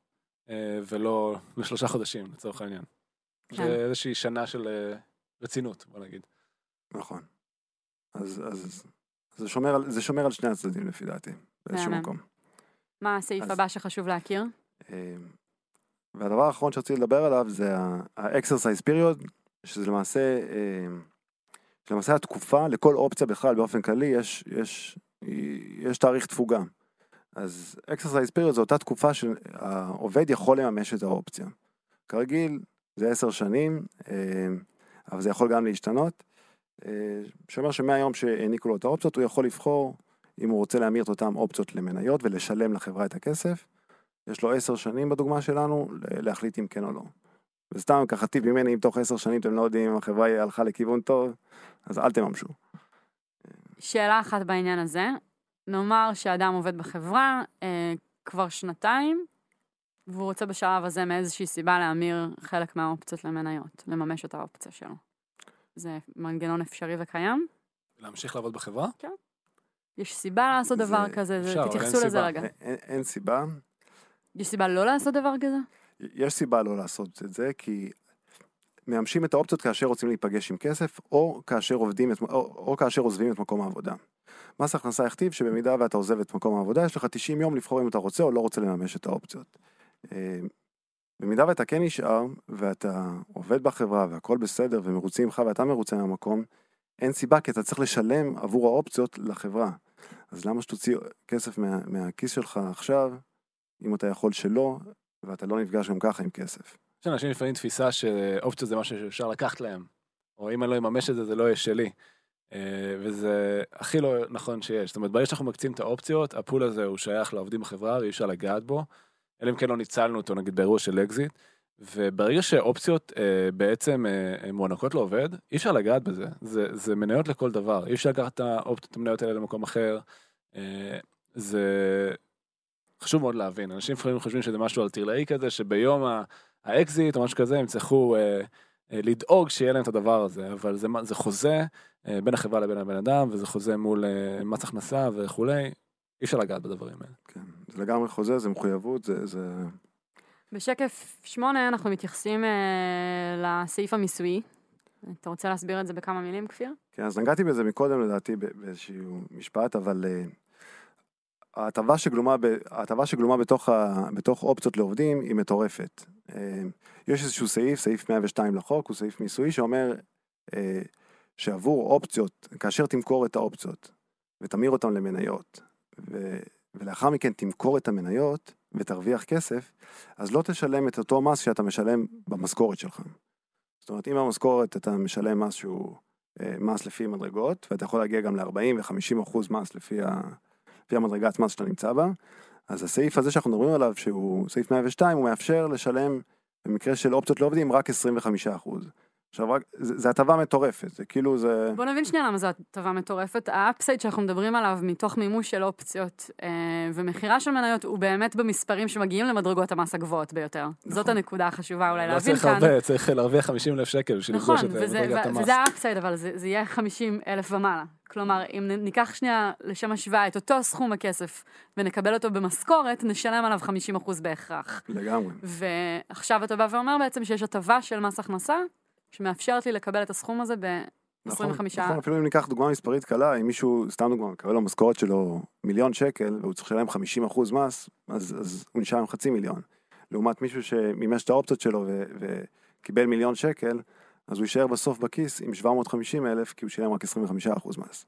ולא לשלושה חודשים, לצורך העניין. זה איזושהי שנה של רצינות, בוא נגיד. נכון. אז, אז זה שומר על, זה שומר על שני הצדדים לפי דעתי, באיזשהו מקום. מה הסעיף אז- הבא שחשוב להכיר? אה, והדבר האחרון שרציתי לדבר עליו זה ה-exercise period, שזה למעשה, אה, שלמעשה התקופה לכל אופציה בכלל באופן כללי יש, יש, יש תאריך תפוגה. אז exercise period זו אותה תקופה שהעובד יכול לממש את האופציה. כרגיל זה עשר שנים, אה, אבל זה יכול גם להשתנות. אה, שאומר שמהיום שהעניקו לו את האופציות הוא יכול לבחור אם הוא רוצה להמיר את אותם אופציות למניות ולשלם לחברה את הכסף. יש לו עשר שנים בדוגמה שלנו להחליט אם כן או לא. וסתם ככה טיפ ממני, אם תוך עשר שנים אתם לא יודעים אם החברה הלכה לכיוון טוב, אז אל תממשו. שאלה אחת בעניין הזה, נאמר שאדם עובד בחברה אה, כבר שנתיים, והוא רוצה בשלב הזה מאיזושהי סיבה להמיר חלק מהאופציות למניות, לממש את האופציה שלו. זה מנגנון אפשרי וקיים? להמשיך לעבוד בחברה? יש סיבה לעשות זה דבר כזה, זה, אפשר, אבל תתייחסו אין לזה סיבה. רגע. אין, אין סיבה. יש סיבה לא לעשות דבר כזה? יש סיבה לא לעשות את זה, כי מממשים את האופציות כאשר רוצים להיפגש עם כסף, או כאשר עובדים את, או, או כאשר עוזבים את מקום העבודה. מס הכנסה יכתיב שבמידה ואתה עוזב את מקום העבודה, יש לך תשעים יום לבחור אם אתה רוצה או לא רוצה לממש את האופציות. במידה ואתה כן נשאר, ואתה עובד בחברה, והכל בסדר, ומרוצים לך, ואתה מרוצה מהמקום, אין סיבה, כי אתה צריך לשלם עבור האופציות לחברה. אז למה שתוציא כסף מה, מהכיס שלך עכשיו, אם אתה יכול שלא, ואתה לא נפגש גם ככה עם כסף? יש אנשים לפעמים תפיסה שאופציות זה משהו שאפשר לקחת להם, או אם אני לא אממש את זה, זה לא יהיה שלי. וזה הכי לא נכון שיש. זאת אומרת, ברגע שאנחנו מקצים את האופציות, הפול הזה הוא שייך לעובדים בחברה, אי אפשר לגעת בו, אלא אם כן לא ניצלנו אותו, נגיד באירוע של אקזיט, וברגע שאופציות אה, בעצם אה, מוענקות לעובד, אי אפשר לגעת בזה. זה, זה מניות לכל דבר. אי אפשר לקחת את האופציות המניות האלה למקום אחר. אה, זה חשוב מאוד להבין. אנשים לפעמים חושבים שזה משהו אלטרלאי כזה, שביום האקזיט או משהו כזה, הם צריכו אה, אה, לדאוג שיהיה להם את הדבר הזה, אבל זה, זה חוזה אה, בין החברה לבין הבן אדם, וזה חוזה מול אה, מס הכנסה וכולי. אי אפשר לגעת בדברים האלה. כן, זה לגמרי חוזה, זה מחויבות, זה... זה... בשקף שמונה אנחנו מתייחסים אה, לסעיף המיסוי. אתה רוצה להסביר את זה בכמה מילים, כפיר? כן, אז נגעתי בזה מקודם לדעתי באיזשהו משפט, אבל uh, ההטבה שגלומה, ב, ההטבה שגלומה בתוך, ה, בתוך אופציות לעובדים היא מטורפת. Uh, יש איזשהו סעיף, סעיף מאה ושתיים לחוק, הוא סעיף מיסוי שאומר uh, שעבור אופציות, כאשר תמכור את האופציות ותמיר אותן למניות, ו, ולאחר מכן תמכור את המניות ותרוויח כסף, אז לא תשלם את אותו מס שאתה משלם במשכורת שלך. זאת אומרת, אם במשכורת אתה משלם מס שהוא אה, מס לפי מדרגות, ואתה יכול להגיע גם ל-ארבעים ו-חמישים אחוז מס לפי, ה, לפי המדרגת מס שאתה נמצא בה, אז הסעיף הזה שאנחנו מדברים עליו, שהוא סעיף מאה ושתיים, הוא מאפשר לשלם, במקרה של אופציות לעובדים, רק עשרים וחמישה אחוז. עכשיו, רק, זה, זה הטבה מטורפת, זה כאילו זה... בוא נבין שנייה למה זו הטבה מטורפת. האפסייד שאנחנו מדברים עליו מתוך מימוש של אופציות אה, ומחירה של מניות, הוא באמת במספרים שמגיעים למדרגות המס הגבוהות ביותר. נכון. זאת הנקודה החשובה אולי לא להבין צריך כאן. הרבה, צריך להרוויח חמישים אלף שקל בשביל נכון, לפגוש את וזה, מדרגת המס. וזה האפסייד, אבל זה, זה יהיה חמישים אלף ומעלה. כלומר, אם ניקח שנייה לשם השוואה את אותו סכום הכסף ונקבל אותו במשכורת, נשלם עליו חמישים אחוז בהכרח. לגמרי. ועכשיו אתה בא ואומר בעצם שיש הטבה של מס הכנסה, שמאפשרת לי לקבל את הסכום הזה ב-עשרים וחמישה. נכון, נכון, אפילו אם ניקח דוגמה מספרית קלה, אם מישהו, סתם דוגמה, מקבל לו משכורת שלו מיליון שקל, והוא צריך לשלם חמישים אחוז מס, אז, אז הוא נשאר עם חצי מיליון. לעומת מישהו שמימש את האופציות שלו ו- וקיבל מיליון שקל, אז הוא יישאר בסוף בכיס עם שבע מאות וחמישים אלף, כי הוא שילם רק עשרים וחמישה אחוז מס.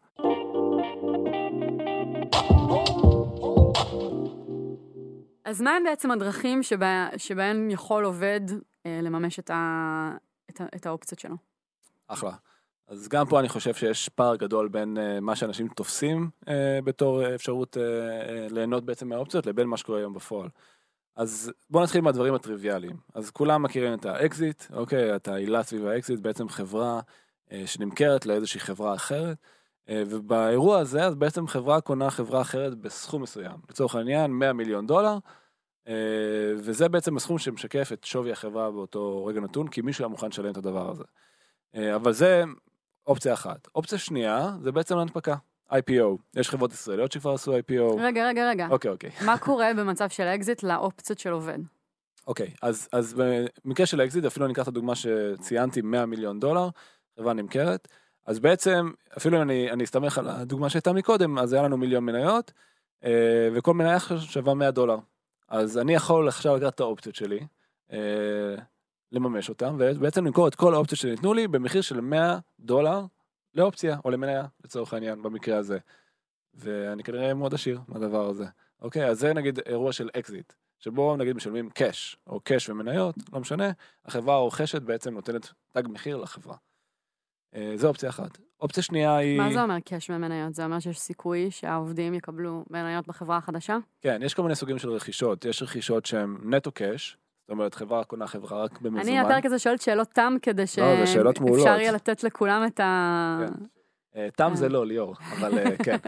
אז מה הם בעצם הדרכים שבה, שבהן יכול עובד אה, לממש את, ה, את, ה, את האופציות שלו? אחלה. אז גם פה אני חושב שיש פער גדול בין uh, מה שאנשים תופסים uh, בתור uh, אפשרות uh, uh, ליהנות בעצם מהאופציות, לבין מה שקורה היום בפועל. אז בואו נתחיל מהדברים הטריוויאליים. אז כולם מכירים את האקזיט, אוקיי, את העילה סביב האקזיט, בעצם חברה uh, שנמכרת לאיזושהי חברה אחרת, uh, ובאירוע הזה, אז בעצם חברה קונה חברה אחרת בסכום מסוים. לצורך העניין, מאה מיליון דולר, uh, וזה בעצם הסכום שמשקף את שווי החברה באותו רגע נתון, כי מישהו היה מוכן לשלם את הדבר הזה. Uh, אבל זה אופציה אחת. אופציה שנייה, זה בעצם הנפקה. איי פי או. יש חברות ישראליות שכבר עשו איי פי או. רגע, רגע, רגע. אוקיי, אוקיי. מה קורה במצב של אקזיט לאופציות של עובד? אוקיי, אז, אז במקרה של אקזיט, אפילו אני אקח את הדוגמה שציינתי, מאה מיליון דולר, חברה נמכרת, אז בעצם, אפילו אני, אני אסתמך על הדוגמה שהייתה מקודם, אז היה לנו מיליון מניות, אה, וכל מניה שווה מאה דולר. אז אני יכול עכשיו לקחת את האופציות שלי, אה, לממש אותם, ובעצם למכור את כל האופציות שניתנו לי במחיר של מאה דולר לאופציה, או למניה, לצורך העניין, במקרה הזה. ואני כנראה מאוד עשיר מהדבר הזה. אוקיי, אז זה נגיד אירוע של אקזיט, שבו נגיד משלמים קאש, או קאש ומניות, לא משנה, החברה הרוכשת בעצם נותנת תג מחיר לחברה. זו אופציה אחת. אופציה שנייה היא... מה זה אומר קאש ומניות? זה אומר שיש סיכוי שהעובדים יקבלו מניות בחברה החדשה? כן, יש כל מיני סוגים של רכישות. יש רכישות שהן נטו קאש, זאת אומרת, חברה קונה חברה רק במזומן. אני יותר כזה שואלת שאלות תם, כדי שאפשר יהיה לתת לכולם את ה... תם זה לא, ליאור, אבל כן.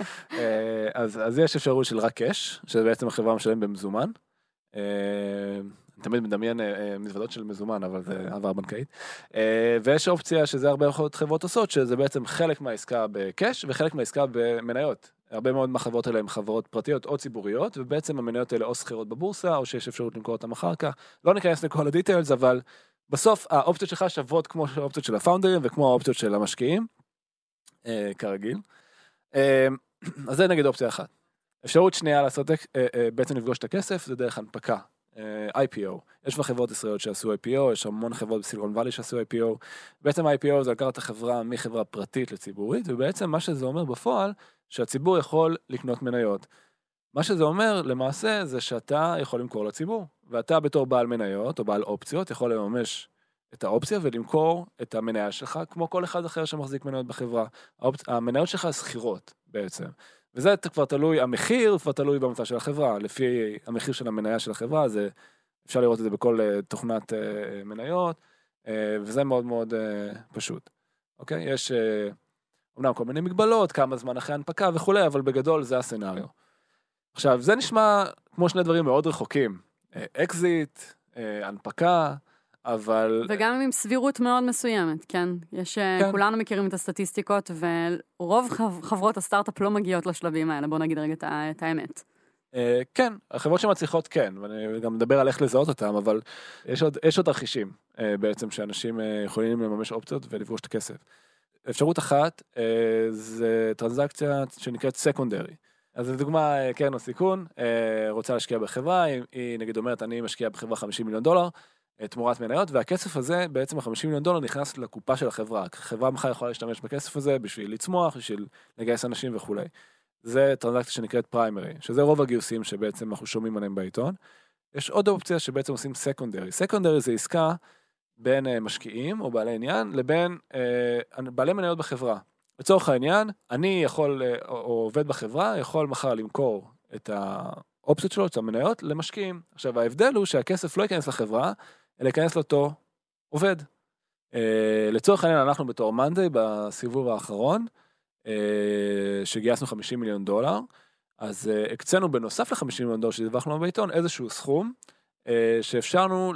אז יש אפשרות של רק קאש, שבעצם החברה משלם במזומן. אני תמיד מדמיין מזוודות של מזומן, אבל זה עבר בנקאית. ויש אופציה שזה הרבה חברות עושות, שזה בעצם חלק מהעסקה בקאש, וחלק מהעסקה במניות. הרבה מאוד מהחברות האלה הן חברות פרטיות או ציבוריות, ובעצם המניות האלה או סחירות בבורסה, או שיש אפשרות למכור אותם אחר כך. לא ניכנס לכל הדיטיילס, אבל בסוף האופציות שלך שוות כמו האופציות של הפאונדרים, וכמו האופציות של המשקיעים, כרגיל. אז זה נגיד אופציה אחת. אפשרות שנייה לעשות, בעצם לפגוש את הכסף, זה דרך הנפקה. איי פי או. יש כבר חברות ישראליות שעשו איי פי או, יש המון חברות בסיליקון ואלי שעשו איי פי או. בעצם איי פי או זה לקחת את החברה מחברה פרטית לציבורית, ובעצם מה שזה אומר בפועל, שהציבור יכול לקנות מניות. מה שזה אומר למעשה זה שאתה יכול למכור לציבור, ואתה בתור בעל מניות או בעל אופציות יכול לממש את האופציה ולמכור את המניה שלך, כמו כל אחד אחר שמחזיק מניות בחברה. המניות שלך סחירות בעצם. וזה כבר תלוי, המחיר כבר תלוי במצע של החברה, לפי המחיר של המניה של החברה, זה, אפשר לראות את זה בכל תוכנת מניות, וזה מאוד מאוד פשוט. אוקיי? יש אומנם כל מיני מגבלות, כמה זמן אחרי הנפקה וכולי, אבל בגדול זה הסצנריו. עכשיו, זה נשמע כמו שני דברים מאוד רחוקים. אקזיט, הנפקה, אבל... וגם עם סבירות מאוד מסוימת, כן? יש, כן. כולנו מכירים את הסטטיסטיקות, ורוב חברות הסטארט-אפ לא מגיעות לשלבים האלה, בוא נגיד רגע את האמת. כן, החברות שמצליחות כן, ואני גם מדבר על איך לזהות אותם, אבל יש עוד, יש עוד תרחישים בעצם שאנשים יכולים לממש אופציות ולפגוש את הכסף. אפשרות אחת זה טרנזקציה שנקראת סקונדרי. אז לדוגמה, קרן או סיכון, רוצה להשקיע בחברה, היא נגיד אומרת, אני משקיע בחברה חמישים מיליון דולר, תמורת מניות, והכסף הזה, בעצם ה-חמישים מיליון דולר נכנס לקופה של החברה. החברה מחר יכולה להשתמש בכסף הזה בשביל לצמוח, בשביל לגייס אנשים וכו'. זה טרנזקציה שנקראת פריימרי, שזה רוב הגיוסים שבעצם אנחנו שומעים עליהם בעיתון. יש עוד אופציה שבעצם עושים סקונדרי. סקונדרי זה עסקה בין משקיעים או בעלי עניין, לבין אה, בעלי מניות בחברה. לצורך העניין, אני יכול, או עובד בחברה, יכול מחר למכור את האופציות שלו, את המניות, למשקיעים. עכשיו, ההבדל הוא שהכסף לא ייכנס לחברה, אלא ייכנס לאותו עובד. אה, לצורך העניין, אנחנו בתור מנדי, בסיבוב האחרון, אה, שגייסנו חמישים מיליון דולר, אז אה, הקצנו בנוסף ל-חמישים מיליון דולר שדיווחנו בעיתון, איזשהו סכום, אה, שאפשרנו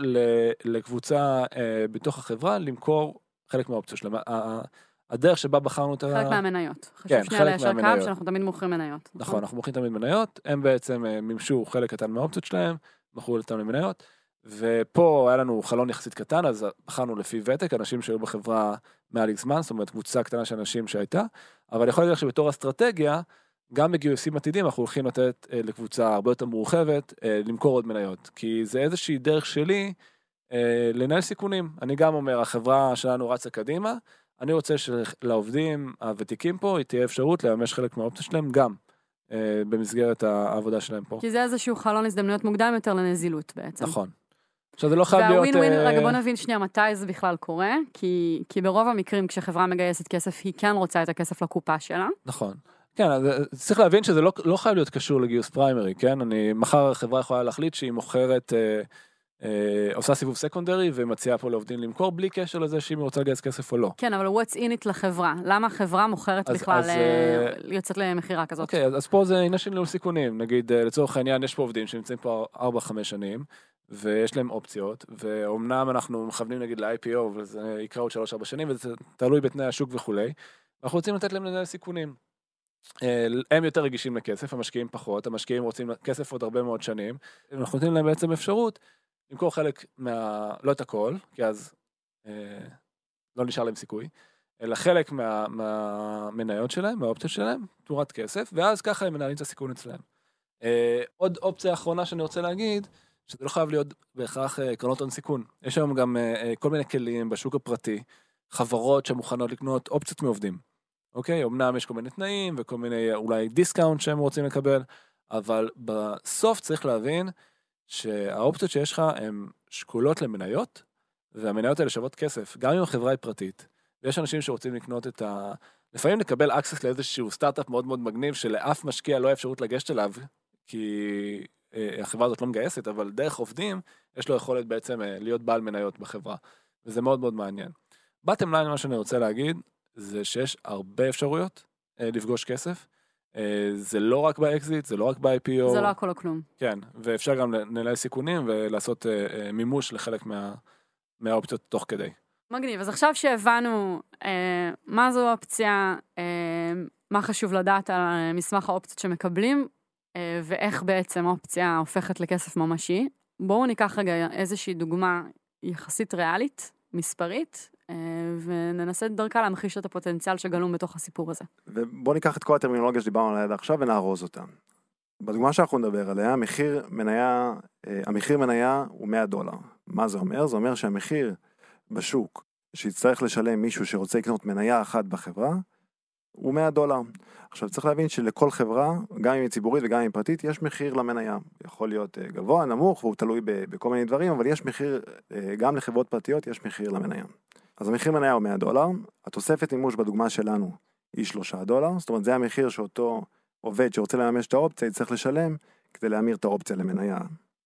לקבוצה אה, בתוך החברה למכור חלק מהאופציות שלהם. הדרך שבה בחרנו את ה... חלק מהמניות. כן, חלק מהמניות. קו שאנחנו תמיד מוכרים מניות. נכון, אנחנו מוכרים תמיד מניות, הם בעצם מימשו חלק קטן מהאופציות שלהם, מכרו אותם למניות, ופה היה לנו חלון יחסית קטן, אז בחרנו לפי ותק, אנשים שהיו בחברה מעל איקס זמן, זאת אומרת קבוצה קטנה של אנשים שהייתה, אבל יכול להיות שבתור אסטרטגיה, גם בגיוסים עתידים אנחנו הולכים לתת לקבוצה הרבה יותר מורחבת, למכור עוד מניות, כי זה איזושהי דרך שלי לנהל סיכונים. אני גם אומר, החברה שלנו רצה קדימה, אני רוצה שלעובדים הוותיקים פה, היא תהיה אפשרות לממש חלק מהאופציה שלהם גם, אה, במסגרת העבודה שלהם פה. כי זה איזשהו חלון הזדמנויות מוקדם יותר לנזילות בעצם. נכון. עכשיו זה לא חייב להיות... והווין ווין, רגע בוא נבין שנייה מתי זה בכלל קורה, כי, כי ברוב המקרים כשחברה מגייסת כסף, היא כן רוצה את הכסף לקופה שלה. נכון. כן, אז צריך להבין שזה לא, לא חייב להיות קשור לגיוס פריימרי, כן? אני, מחר החברה יכולה להחליט שהיא מוכרת... אה, עושה סיבוב סקונדרי ומציעה פה לעובדים למכור בלי קשר לזה שאם היא רוצה לגייס כסף או לא. כן, אבל what's in it לחברה? למה החברה מוכרת בכלל יוצאת למחירה כזאת? אוקיי, אז פה זה עניין של ניהול סיכונים. נגיד, לצורך העניין, יש פה עובדים שנמצאים פה ארבע חמש שנים, ויש להם אופציות, ואומנם אנחנו מכוונים נגיד ל-איי פי או, וזה יקרה עוד שלוש ארבע שנים, וזה תלוי בתנאי השוק וכולי. אנחנו רוצים לתת להם לנהל סיכונים. הם יותר רגישים לכסף, המשקיעים פחות, המשקיעים רוצים כסף עוד הרבה מאוד שנים. אנחנו נותנים להם בעצם אפשרות למכור חלק מה... לא את הכל, כי אז אה, לא נשאר להם סיכוי, אלא חלק מה, מהמניות שלהם, מהאופציות שלהם, תמורת כסף, ואז ככה הם מנהלים את הסיכון אצלהם. אה, עוד אופציה אחרונה שאני רוצה להגיד, שזה לא חייב להיות בהכרח אה, קרנות הון סיכון. יש היום גם אה, אה, כל מיני כלים בשוק הפרטי, חברות שמוכנות לקנות אופציות מעובדים. אוקיי? אמנם יש כל מיני תנאים וכל מיני אולי דיסקאונט שהם רוצים לקבל, אבל בסוף צריך להבין שהאופציות שיש לך הן שקולות למניות, והמניות האלה שוות כסף, גם אם החברה היא פרטית. ויש אנשים שרוצים לקנות את ה... לפעמים לקבל אקסס לאיזשהו סטארט-אפ מאוד מאוד מגניב, שלאף משקיע לא היה אפשרות לגשת אליו, כי אה, החברה הזאת לא מגייסת, אבל דרך עובדים, יש לו יכולת בעצם אה, להיות בעל מניות בחברה. וזה מאוד מאוד מעניין. בטם ליין, מה שאני רוצה להגיד, זה שיש הרבה אפשרויות אה, לפגוש כסף. אה, זה לא רק באקזיט, זה לא רק ב-איי פי או. זה לא הכל או כלום. כן, ואפשר גם לנהל סיכונים ולעשות אה, אה, מימוש לחלק מה, מהאופציות תוך כדי. מגניב, אז עכשיו שהבנו אה, מה זו אופציה, אה, מה חשוב לדעת על מסמך האופציות שמקבלים, אה, ואיך בעצם אופציה הופכת לכסף ממשי, בואו ניקח רגע איזושהי דוגמה יחסית ריאלית, מספרית, אה, וננסה דרכה להמחיש את הפוטנציאל שגלום בתוך הסיפור הזה. ובואו ניקח את כל הטרמינולוגיה שדיברנו עליה עד עכשיו ונארוז אותה. בדוגמה שאנחנו נדבר עליה, המחיר מניה, המחיר מניה הוא מאה דולר. מה זה אומר? זה אומר שהמחיר בשוק שיצטרך לשלם מישהו שרוצה לקנות מניה אחת בחברה, הוא מאה דולר. עכשיו צריך להבין שלכל חברה, גם אם היא ציבורית וגם אם היא פרטית, יש מחיר למניה. יכול להיות גבוה, נמוך, והוא תלוי בכל מיני דברים, אבל יש מחיר, גם לחברות פרטיות יש מחיר למניה. אז המחיר מניה הוא מאה דולר, התוספת מימוש בדוגמה שלנו היא שלושה דולר, זאת אומרת זה המחיר שאותו עובד שרוצה לממש את האופציה, יצטרך לשלם כדי להמיר את האופציה למניה.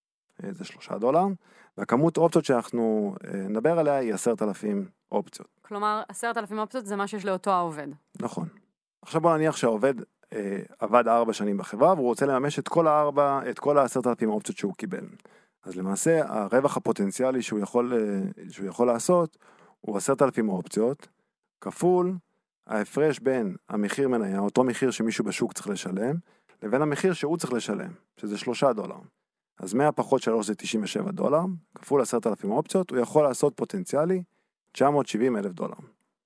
זה שלושה דולר, והכמות אופציות שאנחנו נדבר עליה היא עשרת אלפים אופציות. כלומר, עשרת אלפים אופציות זה מה שיש לאותו העובד. נכון. עכשיו בוא נניח שהעובד אה, עבד ארבע שנים בחברה, והוא רוצה לממש את כל הארבע, את כל העשרת אלפים אופציות שהוא קיבל. אז למעשה, הרווח הפוטנציאלי שהוא יכול, אה, שהוא יכול לעשות, הוא עשרת אלפים אופציות, כפול ההפרש בין המחיר מניה, אותו מחיר שמישהו בשוק צריך לשלם, לבין המחיר שהוא צריך לשלם, שזה שלושה דולר. אז מאה פחות שלוש זה תשעים ושבע דולר, כפול עשרת אלפים אופציות, הוא יכול לעשות פוטנציאלי תשע מאות שבעים אלף דולר.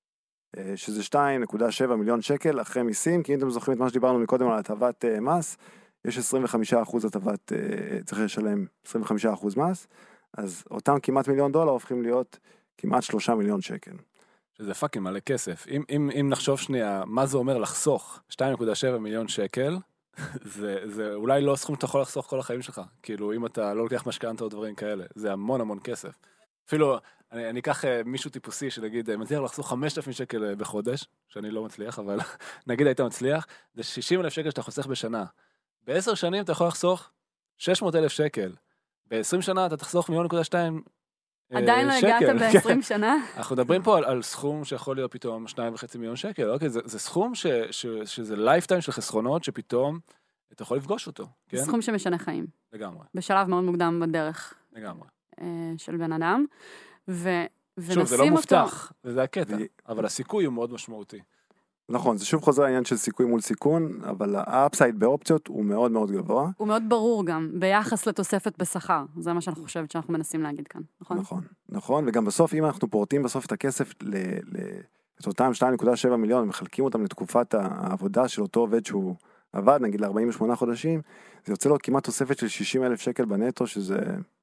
שזה שתיים נקודה שבע מיליון שקל אחרי מיסים, כי אם אתם זוכרים את מה שדיברנו מקודם על הטבת מס, יש עשרים וחמישה אחוז הטבת, צריך לשלם עשרים וחמישה אחוז מס, אז אותם כמעט מיליון דולר הופכים להיות כמעט שלושה מיליון שקל. שזה פאקינג מלא כסף. אם, אם, אם נחשוב שנייה, מה זה אומר לחסוך שתיים נקודה שבע מיליון שקל, זה, זה אולי לא סכום שאתה יכול לחסוך כל החיים שלך. כאילו, אם אתה לא לוקח משכנתא או דברים כאלה, זה המון המון כסף. אפילו, אני, אני אקח מישהו טיפוסי שנגיד, מצליח לחסוך חמשת אלפים שקל בחודש, שאני לא מצליח, אבל נגיד היית מצליח, זה שישים אלף שקל שאתה חוסך בשנה. בעשר שנים אתה יכול לחסוך שש מאות אלף שקל. ב-עשרים שנה אתה תחסוך מיליון נקודה שתיים עדיין לא הגעת ב-עשרים שנה? אנחנו מדברים פה על, על סכום שיכול להיות פתאום שניים וחצי מיליון שקל, אוקיי? זה, זה סכום ש, ש, שזה לייפטיים של חסכונות שפתאום אתה יכול לפגוש אותו, כן? זה סכום שמשנה חיים. לגמרי. בשלב מאוד מוקדם בדרך. לגמרי. של בן אדם. ו, שוב, זה לא מובטח, וזה הקטע, אבל הסיכוי הוא מאוד משמעותי. נכון, זה שוב חוזר העניין של סיכוי מול סיכון, אבל האפסייד באופציות הוא מאוד מאוד גבוה. הוא מאוד ברור גם, ביחס לתוספת בשכר. זה מה שאני חושבת שאנחנו מנסים להגיד כאן, נכון? נכון, נכון, וגם בסוף, אם אנחנו פורטים בסוף את הכסף ל, ל, את אותם שתיים נקודה שבע מיליון, ומחלקים אותם לתקופת העבודה של אותו עובד שהוא עבד, נגיד ל-ארבעים ושמונה חודשים, זה יוצא לו כמעט תוספת של שישים אלף שקל בנטו, שזה,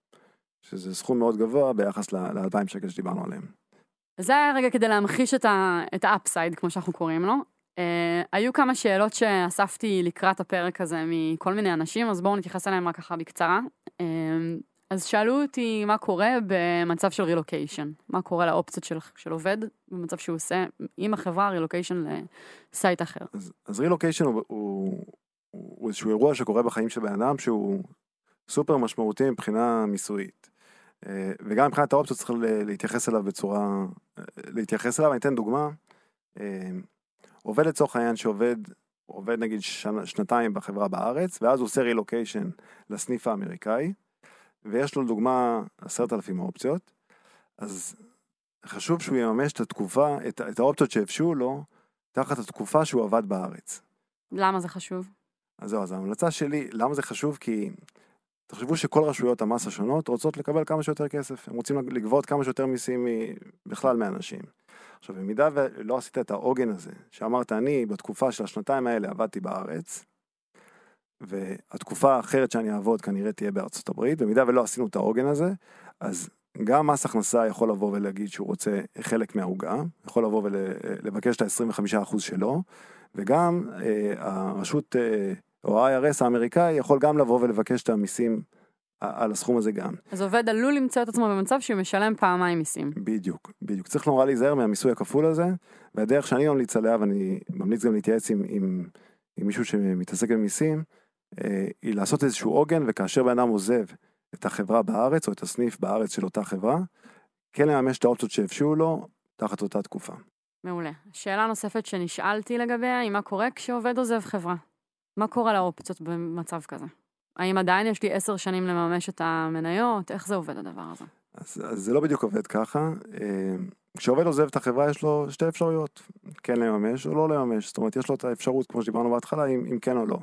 שזה סכום מאוד גבוה ביחס ל-אלפיים שקל שדיברנו עליהם. זה היה רגע כדי להמחיש את ה- את האפסייד, כמו שאנחנו קוראים לו. Uh, היו כמה שאלות שאספתי לקראת הפרק הזה מכל מיני אנשים, אז בואו נתייחס אליהם רק ככה בקצרה. Uh, אז שאלו אותי מה קורה במצב של רילוקיישן. מה קורה לאופציות של, של עובד במצב שהוא עושה עם החברה רילוקיישן לסייט אחר. אז, אז רילוקיישן הוא, הוא, הוא איזשהו אירוע שקורה בחיים של בן אדם שהוא סופר משמעותי מבחינה מיסויית. וגם מבחינת האופציות צריך להתייחס אליו בצורה, להתייחס אליו, אני אתן דוגמה, עובד לצורך העניין שעובד, עובד נגיד שנ, שנתיים בחברה בארץ, ואז הוא עושה רילוקיישן לסניף האמריקאי, ויש לו לדוגמה עשרת אלפים אופציות, אז חשוב שהוא יממש את התקופה, את, את האופציות שהפשו לו, תחת התקופה שהוא עבד בארץ. למה זה חשוב? אז זהו, אז ההמלצה שלי, למה זה חשוב? כי תחשבו שכל רשויות המס השונות רוצות לקבל כמה שיותר כסף, הם רוצים לגבות כמה שיותר מיסים בכלל מאנשים. עכשיו, במידה ולא עשית את העוגן הזה, שאמרת, אני בתקופה של השנתיים האלה עבדתי בארץ, והתקופה האחרת שאני אעבוד כנראה תהיה בארצות הברית, במידה ולא עשינו את העוגן הזה, אז גם מס הכנסה יכול לבוא ולהגיד שהוא רוצה חלק מהעוגה, יכול לבוא ולבקש את ה-עשרים וחמישה אחוז שלו, וגם אה, הרשות אה, או ה-איי אר אס האמריקאי יכול גם לבוא ולבקש את המיסים על הסכום הזה גם. אז עובד עלול למצוא את עצמו במצב שהוא משלם פעמיים מיסים. בדיוק, בדיוק. צריך נורא להיזהר מהמיסוי הכפול הזה, והדרך שאני ממליץ עליה, ואני ממליץ גם להתייעץ עם, עם, עם מישהו שמתעסק במיסים, אה, היא לעשות איזשהו עוגן, וכאשר בן אדם עוזב את החברה בארץ, או את הסניף בארץ של אותה חברה, כן לממש את האופציות שהפשיעו לו, תחת אותה תקופה. מעולה. שאלה נוספת שנשאלתי לגביה, היא מה קורה כשעובד עוזב חברה? מה קורה לאופציות במצב כזה? האם עדיין יש לי עשר שנים לממש את המניות? איך זה עובד הדבר הזה? אז, אז זה לא בדיוק עובד ככה. כשעובד עוזב את החברה יש לו שתי אפשרויות, כן לממש או לא לממש. זאת אומרת, יש לו את האפשרות, כמו שדיברנו בהתחלה, אם, אם כן או לא.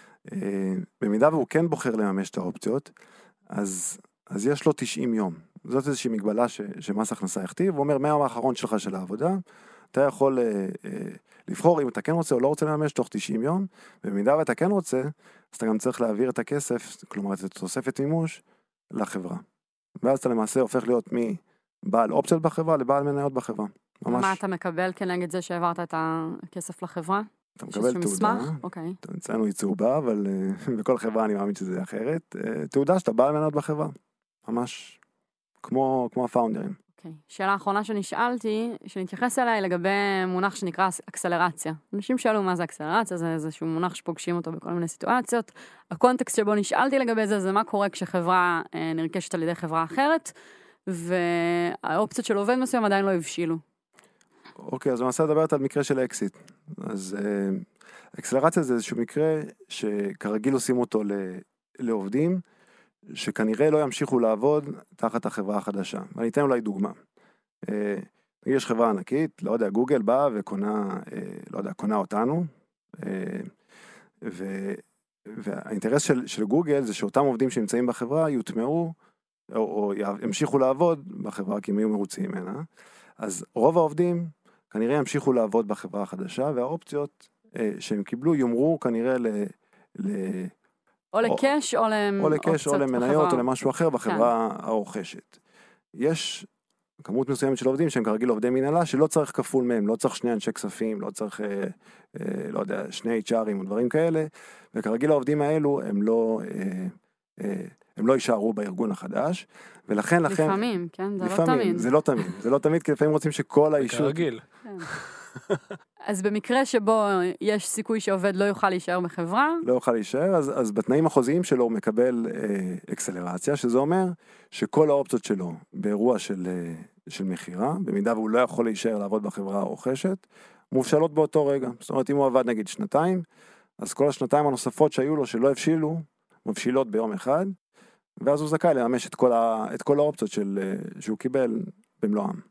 במידה והוא כן בוחר לממש את האופציות, אז, אז יש לו תשעים יום. זאת איזושהי מגבלה ש, שמס הכנסה הכתיב, הוא אומר, מהיום האחרון שלך של העבודה, אתה יכול אה, אה, לבחור אם אתה כן רוצה או לא רוצה לממש תוך תשעים יום, ובמידה ואתה כן רוצה, אז אתה גם צריך להעביר את הכסף, כלומר את תוספת מימוש, לחברה. ואז אתה למעשה הופך להיות מבעל אופציות בחברה לבעל מניות בחברה. ממש. מה אתה מקבל כנגד זה שהעברת את הכסף לחברה? אתה מקבל תעודה. אוקיי. אצלנו היא צהובה, אבל בכל חברה אני מאמין שזה אחרת. תעודה שאתה בעל מניות בחברה. ממש כמו, כמו הפאונדרים. אוקיי. שאלה האחרונה שנשאלתי, שנתייחס אליי לגבי מונח שנקרא אקסלרציה. אנשים שאלו מה זה אקסלרציה, זה איזשהו מונח שפוגשים אותו בכל מיני סיטואציות. הקונטקסט שבו נשאלתי לגבי זה, זה מה קורה כשחברה אה, נרכשת על ידי חברה אחרת, והאופציות של עובד מסוים עדיין לא הבשילו. אוקיי, אז למעשה לדברת על מקרה של אקסיט. אז אה, אקסלרציה זה איזשהו מקרה שכרגיל עושים אותו ל, לעובדים, שכנראה לא ימשיכו לעבוד תחת החברה החדשה. ואני אתן אולי דוגמה. אה, יש חברה ענקית, לא יודע, גוגל באה וקונה, אה, לא יודע, קונה אותנו, אה, ו, והאינטרס של, של גוגל זה שאותם עובדים שנמצאים בחברה יוטמעו, או, או ימשיכו לעבוד בחברה, כי הם יהיו מרוצים ממנה. אז רוב העובדים כנראה ימשיכו לעבוד בחברה החדשה, והאופציות אה, שהם קיבלו יומרו כנראה ל... ל או לקש או, או לקש או למניות או למשהו אחר בחברה הרוכשת. יש כמות מסוימת של עובדים שהם כרגיל עובדי מנהלה שלא צריך כפול מהם, לא צריך שני אנשי כספים, לא צריך, אה, אה, לא יודע, שני אייץ' ארים או דברים כאלה, וכרגיל העובדים האלו הם לא, אה, אה, הם לא יישארו בארגון החדש, ולכן, לכן... לפעמים, כן, זה לפעמים, לא תמיד. זה לא תמיד, זה לא תמיד, כי לפעמים רוצים שכל האישות... כרגיל. כן. אז במקרה שבו יש סיכוי שעובד לא יוכל להישאר בחברה? לא יוכל להישאר, אז, אז בתנאים החוזיים שלו הוא מקבל אה, אקסלרציה, שזה אומר שכל האופציות שלו באירוע של, אה, של מחירה, במידה והוא לא יכול להישאר לעבוד בחברה הרוכשת, מובשלות באותו רגע. זאת אומרת, אם הוא עבד נגיד שנתיים, אז כל השנתיים הנוספות שהיו לו שלא הבשילו, מבשילות ביום אחד, ואז הוא זכאי לממש את כל, ה, את כל האופציות של, אה, שהוא קיבל במלואם.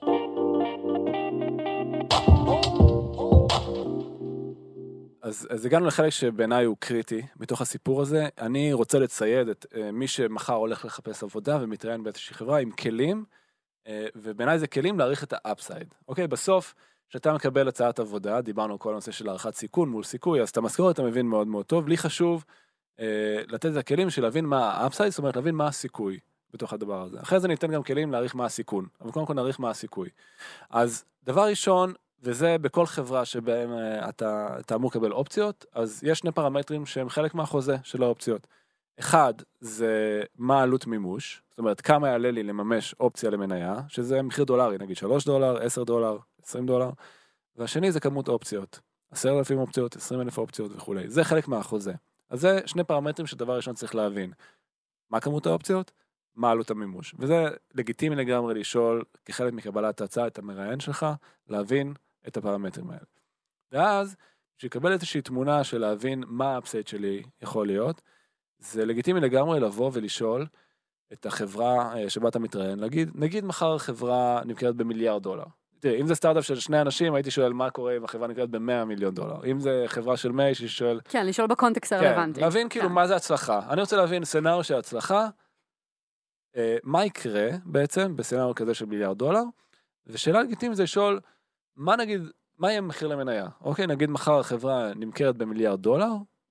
אז, אז הגענו לחלק שבעיניי הוא קריטי בתוך הסיפור הזה. אני רוצה לצייד את uh, מי שמחר הולך לחפש עבודה ומתראיין באיזושהי חברה עם כלים, uh, ובעיניי זה כלים להעריך את האפסייד. אוקיי, בסוף, כשאתה מקבל הצעת עבודה, דיברנו על כל הנושא של הערכת סיכון מול סיכוי, אז את המשכורת אתה מבין מאוד מאוד טוב. לי חשוב uh, לתת את הכלים של להבין מה האפסייד, זאת אומרת להבין מה הסיכוי בתוך הדבר הזה. אחרי זה ניתן גם כלים להעריך מה הסיכון, אבל קודם כל נעריך מה הסיכוי. אז דבר ראשון, וזה בכל חברה שבהם אתה, אתה אמור לקבל אופציות, אז יש שני פרמטרים שהם חלק מהחוזה של האופציות. אחד, זה מה עלות מימוש, זאת אומרת, כמה יעלה לי לממש אופציה למניה, שזה מחיר דולרי, נגיד שלוש דולר, עשר דולר, עשרים דולר, והשני זה כמות אופציות, עשרת אלפים אופציות, עשרים אלף אופציות וכו'. זה חלק מהחוזה. אז זה שני פרמטרים שדבר ראשון צריך להבין. מה כמות האופציות? מה עלות המימוש. וזה לגיטימי לגמרי לשאול, כחלק מקבלת ההצעה, את המראיין שלך, להבין את הפרמטרים האלה. ואז, שיקבל איזושהי תמונה של להבין מה האפסייד שלי יכול להיות, זה לגיטימי לגמרי לבוא ולשאול את החברה שבה אתה מתראיין, להגיד, נגיד מחר חברה נמכרת במיליארד דולר. תראי, אם זה סטארט-אפ של שני אנשים, הייתי שואל מה קורה אם החברה נמכרת במאה מיליון דולר. אם זה חברה של מאה, הייתי שואל... כן, לשאול בקונטקסט הרלוונטי. כן, להבין כאילו מה זה הצלחה. אני רוצה להבין סצנריו של הצלחה, מה יקרה בעצם בסצנריו כזה של מיליארד דולר, ושאלה לגיטימית זה לשאול, מה נגיד, מה יהיה מחיר למניה? אוקיי, נגיד מחר החברה נמכרת במיליארד דולר,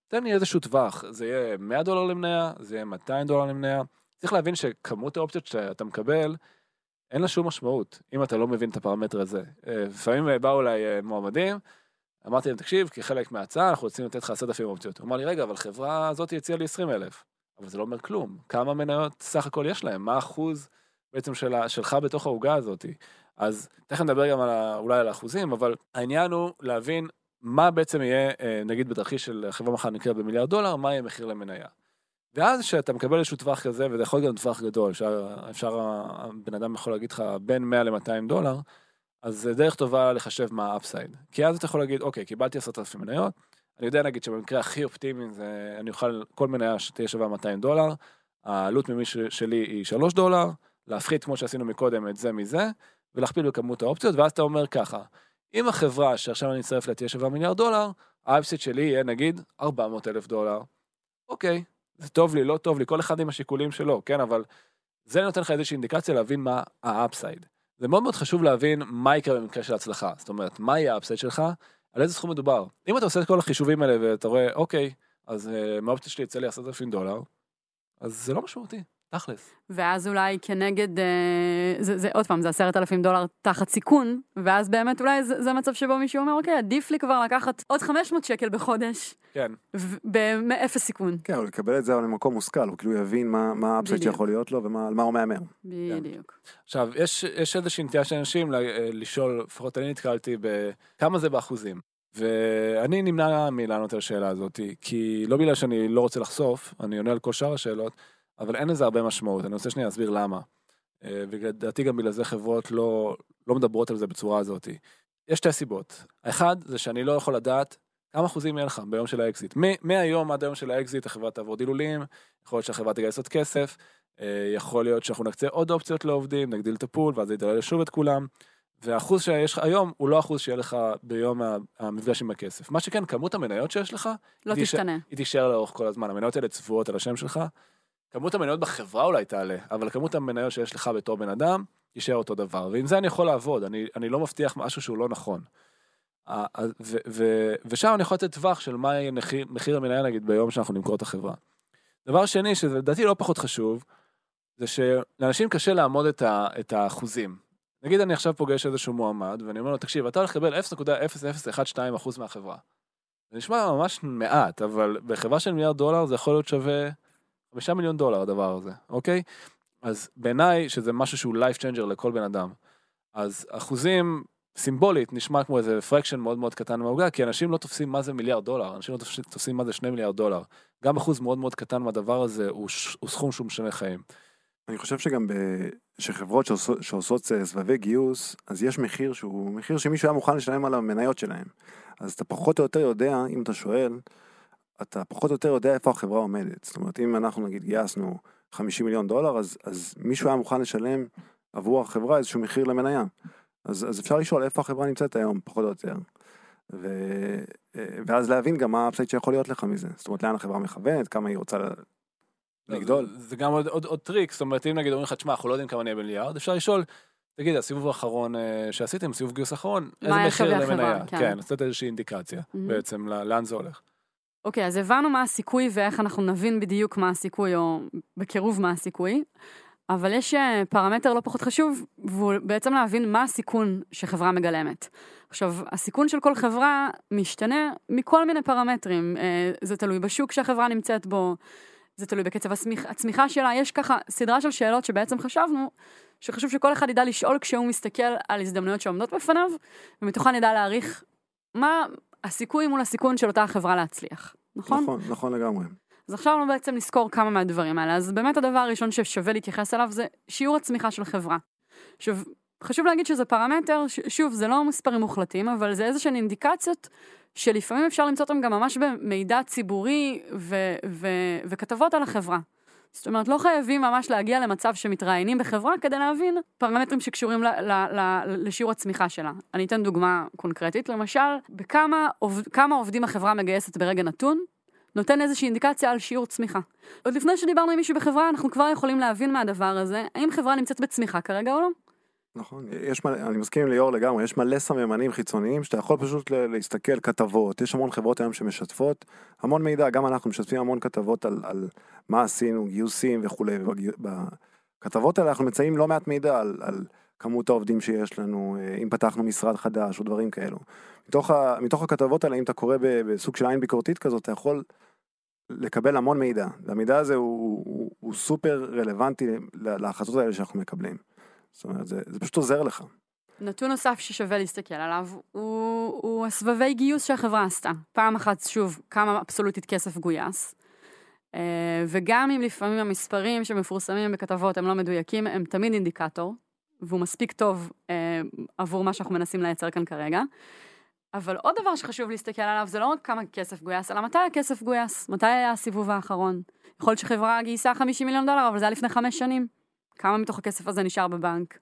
תן לי איזשהו טווח, זה יהיה מאה דולר למניה, זה יהיה מאתיים דולר למניה, צריך להבין שכמות האופציות שאתה מקבל, אין לה שום משמעות, אם אתה לא מבין את הפרמטר הזה. לפעמים באו אליי מועמדים, אמרתי להם, תקשיב, כחלק מההצעה, אנחנו רוצים לתת לך עשרת אלפים אופציות. הוא אמר לי, רגע, אבל חברה הזאת הציעה לי עשרים אלף. אבל זה לא אומר כלום. כמה מניות סך הכל יש להם? מה האחוז בעצם של, שלך בתוך ההוגה הזאת? אז תכף נדבר גם על, אולי על האחוזים, אבל העניין הוא להבין מה בעצם יהיה, נגיד בתרחיש של חברה מחר נקרא במיליארד דולר, מה יהיה מחיר למניה. ואז שאתה מקבל איזשהו טווח כזה, וזה יכול גם טווח גדול, אפשר, אפשר, הבן אדם יכול להגיד לך בין מאה למאתיים דולר, אז זה דרך טובה לחשב מה האפסייד. כי אז אתה יכול להגיד, אוקיי, קיבלתי עשרת אלפים מניות, אני יודע נגיד שבמקרה הכי אופטימי, זה, אני אוכל כל מניה שתהיה שווה מאתיים דולר, העלות ממי שלי היא שלושה דולר, להפחית כמו שעשינו מקודם את זה מזה, ולהכפיל בכמות האופציות, ואז אתה אומר ככה, אם החברה שעכשיו אני אצטרף לה תהיה שווה מיליארד דולר, האפסייד שלי יהיה נגיד ארבע מאות אלף דולר. אוקיי, זה טוב לי, לא טוב לי, כל אחד עם השיקולים שלו, כן, אבל זה נותן לך איזושהי אינדיקציה להבין מה האפסייד. זה מאוד מאוד חשוב להבין מה יקרה במקרה של הצלחה. זאת אומרת, מה יהיה האפסייד שלך, על איזה סכום מדובר. אם אתה עושה את כל החישובים האלה ואתה רואה, אוקיי, אז מהאופציה שלי יצא לי עשרת אלפים דולר, אז זה לא משמעותי, תכלס. ואז אולי כנגד, זה, זה עוד פעם, זה עשרת אלפים דולר תחת סיכון, ואז באמת אולי זה, זה מצב שבו מישהו אומר, אוקיי, עדיף לי כבר לקחת עוד חמש מאות שקל בחודש. כן. באפס סיכון. כן, הוא לקבל את זה למקום מושכל, הוא כאילו יבין מה, מה האפסייד שיכול להיות לו ומה מה הוא מאמר. בדיוק. עכשיו, יש, יש איזושהי נטייה של אנשים לשאול, לפחות אני נתקלתי בכמה זה באחוזים. ואני נמנע מלענות על השאלה הזאת, כי לא בגלל שאני לא רוצה לחשוף, אני עונה על כל שאר השאלות, אבל אין לזה הרבה משמעות. אני רוצה שנייה להסביר למה. ולדעתי גם בגלל זה חברות לא, לא מדברות על זה בצורה הזאת. יש שתי סיבות. האחד זה שאני לא יכול לדעת כמה אחוזים יהיה לך ביום של האקזיט. מהיום עד היום של האקזיט החברה תעבור דילולים, יכול להיות שהחברה תגייס עוד כסף, יכול להיות שאנחנו נקצה עוד אופציות לעובדים, נגדיל את הפול, ואז זה ידלל לשוב את כולם. והאחוז שיש לך היום הוא לא אחוז שיהיה לך ביום המפגש עם הכסף. מה שכן, כמות המניות שיש לך, לא תשתנה. היא תישאר לאורך כל הזמן. המניות האלה צבועות על השם שלך. כמות המניות בחברה אולי תעלה, אבל כמות המניות שיש לך בתור בן אדם, יישאר אותו דבר. ועם זה אני יכול לעבוד. אני, אני לא מבטיח משהו שהוא לא נכון. ו, ו, ושם אני יכול לתת טווח של מה יהיה מחיר, מחיר המניה, נגיד, ביום שאנחנו נמכור את החברה. דבר שני, שזה לדעתי לא פחות חשוב, זה שלאנשים קשה לעמוד את, ה, את האחוזים. נגיד אני עכשיו פוגש איזשהו מועמד, ואני אומר לו, תקשיב, אתה הולך לקבל אפס נקודה אפס אפס אחת שתיים אחוז מהחברה. זה נשמע ממש מעט, אבל בחברה של מיליארד דולר זה יכול להיות שווה חמישה מיליון דולר הדבר הזה, אוקיי? אז בעיניי שזה משהו שהוא life changer לכל בן אדם. אז אחוזים סימבולית נשמע כמו איזה פרקשן מאוד מאוד קטן מההוגה, כי אנשים לא תופסים מה זה מיליארד דולר, אנשים לא תופסים מה זה שני מיליארד דולר. גם אחוז מאוד מאוד קטן מהדבר הזה הוא, הוא סכום שהוא משנה חיים. אני חושב שגם שחברות שעושות, שעושות סבבי גיוס, אז יש מחיר שהוא מחיר שמישהו היה מוכן לשלם על המניות שלהם. אז אתה פחות או יותר יודע, אם אתה שואל, אתה פחות או יותר יודע איפה החברה עומדת. זאת אומרת, אם אנחנו נגיד גייסנו חמישים מיליון דולר, אז, אז מישהו היה מוכן לשלם עבור החברה איזשהו מחיר למניה. אז, אז אפשר לשאול איפה החברה נמצאת היום, פחות או יותר. ו, ואז להבין גם מה האפסייד שיכול להיות לך מזה. זאת אומרת, לאן החברה מכוונת, כמה היא רוצה לגדול. זה, זה גם עוד, עוד, עוד טריק, זאת אומרת, אם נגיד אומרים לך, תשמע, אנחנו לא יודעים כמה נהיה במיליארד, אפשר לשאול, תגיד, הסיבוב האחרון שעשיתם, סיבוב גיוס האחרון, איזה מחיר למניה? כן, כן, לתת איזושהי אינדיקציה, mm-hmm. בעצם, לאן זה הולך. אוקיי, אז הבנו מה הסיכוי ואיך אנחנו נבין בדיוק מה הסיכוי, או בקירוב מה הסיכוי, אבל יש פרמטר לא פחות חשוב, והוא בעצם להבין מה הסיכון שחברה מגלמת. עכשיו, הסיכון של כל חברה משתנה מכל מיני פרמטרים. זה תלוי בשוק שהחברה נמצאת בו, זה תלוי בקצב הצמיחה שלה. יש ככה סדרה של שאלות שבעצם חשבנו, שחשוב שכל אחד ידע לשאול כשהוא מסתכל על הזדמנויות שעומדות בפניו, ומתוכן ידע להעריך מה הסיכוי מול הסיכון של אותה החברה להצליח. נכון? נכון, נכון לגמרי. אז עכשיו אנחנו בעצם נזכור כמה מהדברים האלה. אז באמת הדבר הראשון ששווה להתייחס אליו זה שיעור הצמיחה של חברה. עכשיו, חשוב להגיד שזה פרמטר, שוב, זה לא מספרים מוחלטים, אבל זה איזושהי אינדיקציות שלפעמים אפשר למצוא אותם גם ממש במידע ציבורי ו- ו- וכתבות על החברה. זאת אומרת, לא חייבים ממש להגיע למצב שמתראיינים בחברה כדי להבין פרמטרים שקשורים ל- ל- ל- לשיעור הצמיחה שלה. אני אתן דוגמה קונקרטית, למשל, בכמה עובד, כמה עובדים החברה מגייסת ברגע נתון, נותן איזושהי אינדיקציה על שיעור צמיחה. עוד לפני שדיברנו עם מישהו בחברה, אנחנו כבר יכולים להבין מהדבר הזה, האם חברה נמצאת בצמיחה כרגע או לא? נכון, יש מלא, אני מסכים עם ליאור לגמרי, יש מלא סממנים חיצוניים שאתה יכול פשוט ל- להסתכל כתבות, יש המון חברות היום שמשתפות, המון מידע, גם אנחנו משתפים המון כתבות על, על מה עשינו, גיוסים וכולי, בכתבות האלה אנחנו מצאים לא מעט מידע על, על כמות העובדים שיש לנו, אם פתחנו משרד חדש או דברים כאלו. מתוך, ה, מתוך הכתבות האלה, אם אתה קורא בסוג של עין ביקורתית כזאת, אתה יכול לקבל המון מידע, והמידע הזה הוא, הוא, הוא סופר רלוונטי להחלטות האלה שאנחנו מקבלים. זאת אומרת, זה, זה פשוט עוזר לך. נתון נוסף ששווה להסתכל עליו, הוא, הוא הסבבי גיוס שהחברה עשתה. פעם אחת, שוב, כמה אבסולוטית כסף גויס. וגם אם לפעמים המספרים שמפורסמים בכתבות הם לא מדויקים, הם תמיד אינדיקטור, והוא מספיק טוב עבור מה שאנחנו מנסים לייצר כאן כרגע. אבל עוד דבר שחשוב להסתכל עליו, זה לא רק כמה כסף גויס, אלא מתי הכסף גויס, מתי היה הסיבוב האחרון. יכול להיות שחברה גייסה חמישים מיליון דולר, אבל זה היה לפני חמש שנים. כמה מתוך הכסף הזה נשאר בבנק?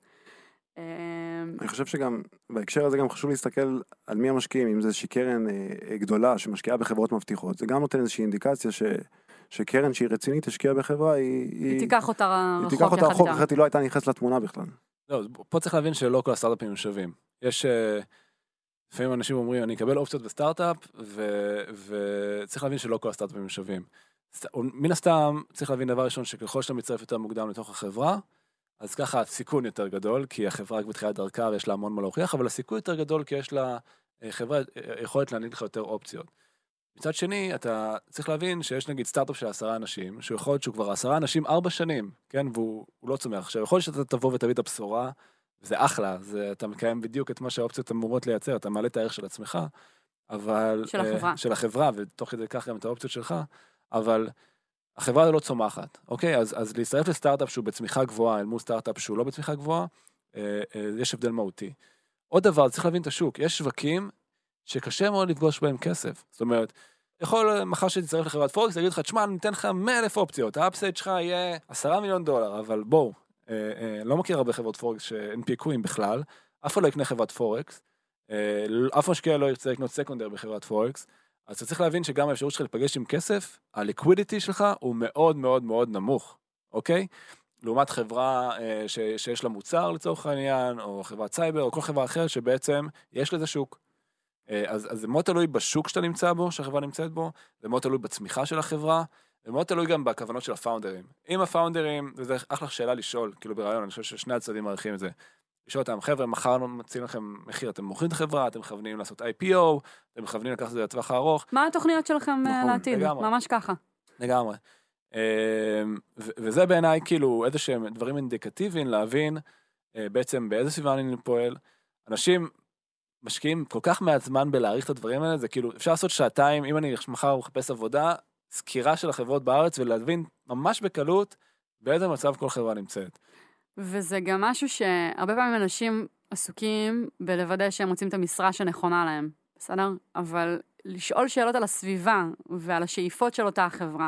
אני חושב שגם, בהקשר הזה גם חשוב להסתכל על מי המשקיעים, אם זה איזושהי קרן גדולה שמשקיעה בחברות מבטיחות, זה גם נותן איזושהי אינדיקציה ש... שקרן שהיא רצינית תשקיע בחברה, היא... היא תיקח אותה רחוק. היא תיקח אותה רחוק, אחרת היא לא הייתה נכנסת לתמונה בכלל. לא, פה צריך להבין שלא כל הסטארט-אפים הם שווים. יש... לפעמים אנשים אומרים, אני אקבל אופציות בסטארט-אפ, וצריך להבין שלא כל הסטארט-אפים הם שווים. מן הסתם, צריך להבין דבר ראשון, שככל שאתה מצטרף יותר מוקדם לתוך החברה, אז ככה הסיכון יותר גדול, כי החברה רק בתחילת דרכה, ויש לה המון מה להוכיח, אבל הסיכוי יותר גדול, כי יש לה חברה, יכולת להעניק לך יותר אופציות. מצד שני, אתה צריך להבין שיש נגיד סטארט-אפ של עשרה אנשים, שהוא יכול להיות שהוא כבר עשרה אנשים ארבע שנים, כן, והוא לא צומח. עכשיו, יכול להיות שאתה תבוא ותביא את הבשורה, וזה אחלה, זה, אתה מקיים בדיוק את מה שהאופציות אמורות לייצר, אתה מעלה את הערך של עצמך, אבל... של החברה. של החברה, ותוך כדי כך גם את האופציות שלך, אבל החברה לא צומחת, אוקיי? אז, אז להצטרף לסטארט-אפ שהוא בצמיחה גבוהה, אל מול סטארט-אפ שהוא לא בצמיחה גבוהה, אה, אה, יש הבדל מהותי. עוד דבר, צריך להבין את השוק, יש שווקים שקשה מאוד לפגוש בהם כסף. זאת אומרת, יכול מחר שתצטרף לחברת פורקס, להגיד לך, תשמע, אני ניתן לך מאה אלף אופציות, האפסייד שלך יהיה עשרה מיליון דולר, אבל בואו, אה, אה, לא מכיר הרבה חברות פורקס שהנפיקו עם בכלל, אף אחד לא יקנה חברת פורקס, אה, אף משקיע לא ירצה לקנות סקונדר בחברת פורקס, אז אתה צריך להבין שגם האפשרות שלך לפגש עם כסף, הליקווידיטי שלך הוא מאוד מאוד מאוד נמוך, אוקיי? לעומת חברה אה, ש, שיש לה מוצר לצורך העניין, או חברת סייבר, או כל חברה אחרת שבעצם יש לזה שוק. אה, אז, אז זה מאוד תלוי בשוק שאתה נמצא בו, שהחברה נמצאת בו, זה מאוד תלוי בצמיחה של החברה, זה מאוד תלוי גם בכוונות של הפאונדרים. אם הפאונדרים, וזה אחלה שאלה לשאול, כאילו ברעיון, אני חושב ששני הצדדים מעריכים את זה, לשאול אותם, חבר'ה, מחר מציעים לכם מחיר, אתם מוכרים את החברה, אתם מכוונים לעשות איי פי או, אתם מכוונים לקחת את זה לטווח הארוך. מה התוכניות שלכם לעתיד? ממש ככה. לגמרי. וזה בעיניי כאילו איזה שהם דברים אינדיקטיביים להבין בעצם באיזה סביבה אני פועל. אנשים משקיעים כל כך מעט זמן בלהעריך את הדברים האלה, זה כאילו אפשר לעשות שעתיים, אם אני מחר מחפש עבודה, סקירה של החברות בארץ ולהבין ממש בקלות באיזה מצב כל חברה נמצאת. וזה גם משהו שהרבה פעמים אנשים עסוקים בלוודא שהם מוצאים את המשרה שנכונה להם, בסדר? אבל לשאול שאלות על הסביבה ועל השאיפות של אותה החברה,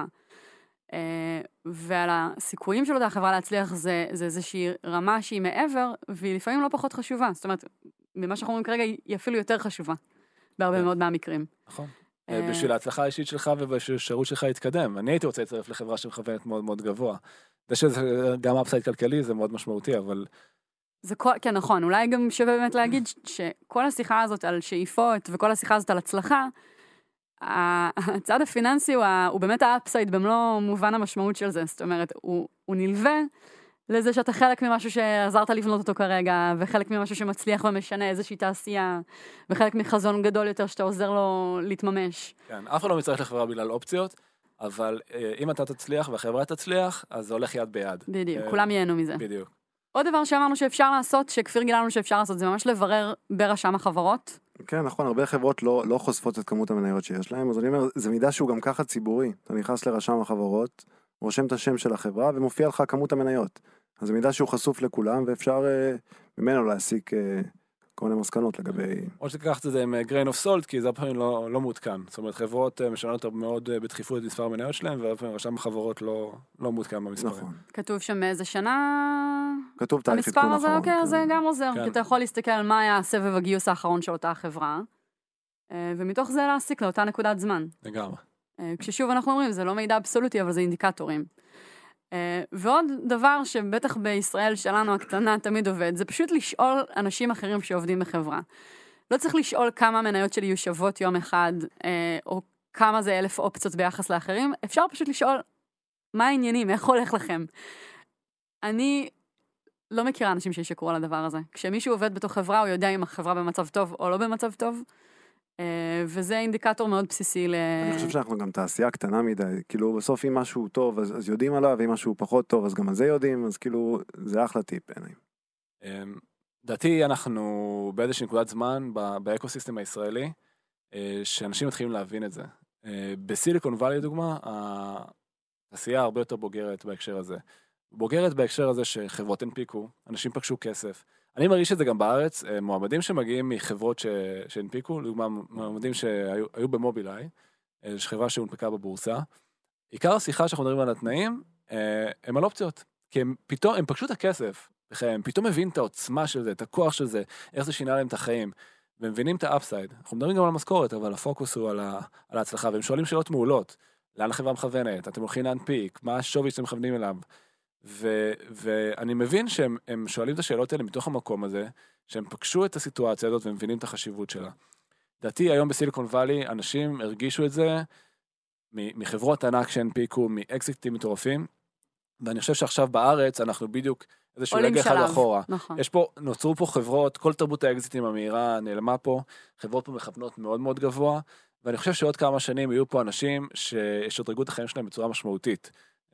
ועל הסיכויים של אותה החברה להצליח, זה, זה איזושהי רמה שהיא מעבר, והיא לפעמים לא פחות חשובה. זאת אומרת, ממה שאנחנו אומרים כרגע, היא אפילו יותר חשובה, בהרבה מאוד מהמקרים. נכון. בשביל ההצלחה האישית שלך ובשביל השירות שלך יתקדם. אני הייתי רוצה לצרף לחברה שמכוונת מאוד מאוד גבוה. זה שזה גם אפסייד כלכלי, זה מאוד משמעותי, אבל... זה כל, כן, נכון. אולי גם שווה באמת להגיד שכל השיחה הזאת על שאיפות, וכל השיחה הזאת על הצלחה, הצד הפיננסי הוא, הוא באמת האפסייד במלוא מובן המשמעות של זה. זאת אומרת, הוא, הוא נלווה לזה שאתה חלק ממשהו שעזרת לבנות אותו כרגע, וחלק ממשהו שמצליח ומשנה איזושהי תעשייה, וחלק מחזון גדול יותר שאתה עוזר לו להתממש. כן, אף אחד לא מצטרף לחברה בגלל אופציות, אבל אם אתה תצליח והחברה תצליח, אז זה הולך יד ביד. בדיוק, כולם ייהנו מזה. בדיוק. עוד דבר שאמרנו שאפשר לעשות, שכפיר גילה לנו שאפשר לעשות, זה ממש לברר ברשם החברות. כן, נכון, הרבה חברות לא, לא חושפות את כמות המניות שיש להם, אז אני אומר, זה מידע שהוא גם ככה ציבורי. אתה נכנס לרשם החברות, רושם את השם של החברה, ומופיע לך כמות המניות. אז זה מידע שהוא חשוף לכולם, ואפשר uh, ממנו להסיק uh, כל מיני מסקנות לגבי... או שתקחת את זה עם grain of salt, כי זה הפעמים לא, לא מעודכן. זאת אומרת, חברות uh, משנות מאוד uh, בדחיפות את מספר המניות שלהם, והפעמים רשם החברות לא, לא מעודכן במספרים. נכון. כתוב שם מאיזה שנה... כתוב תאריך עדכון המספר הזה, אחרון. אוקיי, כן. זה גם עוזר, כן. כי אתה יכול להסתכל על מה היה הסבב הגיוס האחרון של אותה חברה, ומתוך זה להסיק לאותה נקודת זמן. לגמרי. כששוב אנחנו אומרים, זה לא מידע אבסולוטי, אבל זה אינדיקטורים. ועוד דבר שבטח בישראל שלנו הקטנה תמיד עובד, זה פשוט לשאול אנשים אחרים שעובדים בחברה. לא צריך לשאול כמה מניות שלי יהיו שוות יום אחד, או כמה זה אלף אופציות ביחס לאחרים, אפשר פשוט לשאול מה העניינים, איך הולך לכם. אני לא מכירה אנשים שישקרו על הדבר הזה. כשמישהו עובד בתוך חברה, הוא יודע אם החברה במצב טוב או לא במצב טוב, וזה אינדיקטור מאוד בסיסי ל... אני חושב שאנחנו גם תעשייה קטנה מדי, כאילו בסוף אם משהו טוב אז, אז יודעים עליו, ואם משהו פחות טוב אז גם על זה יודעים, אז כאילו זה אחלה טיפ בעיניי. דעתי אנחנו באיזושהי נקודת זמן באקוסיסטם הישראלי, שאנשים מתחילים להבין את זה. בסיליקון ואלי לדוגמה, התעשייה הרבה יותר בוגרת בהקשר הזה. בוגרת בהקשר הזה שחברות הנפיקו, אנשים פגשו כסף. אני מרגיש את זה גם בארץ, מועמדים שמגיעים מחברות שהנפיקו, לדוגמה מועמדים שהיו במובילאיי, חברה שהונפקה בבורסה. עיקר השיחה שאנחנו מדברים על התנאים, הם על אופציות. כי הם פתאום, הם פגשו את הכסף, הם פתאום מבינים את העוצמה של זה, את הכוח של זה, איך זה שינה להם את החיים, והם מבינים את האפסייד. אנחנו מדברים גם על המשכורת, אבל הפוקוס הוא על, ה, על ההצלחה, והם שואלים שאלות מעולות. לאן החברה מכוונת? אתם הולכים להנפיק? מה השווי שאתם מכוונים אליו? ו, ואני מבין שהם הם שואלים את השאלות האלה מתוך המקום הזה, שהם פגשו את הסיטואציה הזאת, והם מבינים את החשיבות שלה. דעתי, היום בסיליקון ואלי, אנשים הרגישו את זה, מחברות ענק שהנפיקו, מאקזיטים מטורפים, ואני חושב שעכשיו בארץ אנחנו בדיוק איזשהו רגע אחד אחורה. נכון. יש פה, נוצרו פה חברות, כל תרבות האקזיטים המהירה נעלמה פה, חברות פה מכוונות מאוד מאוד גבוה, ואני חושב שעוד כמה שנים יהיו פה אנשים שישדרגו את החיים שלהם בצורה משמעותית,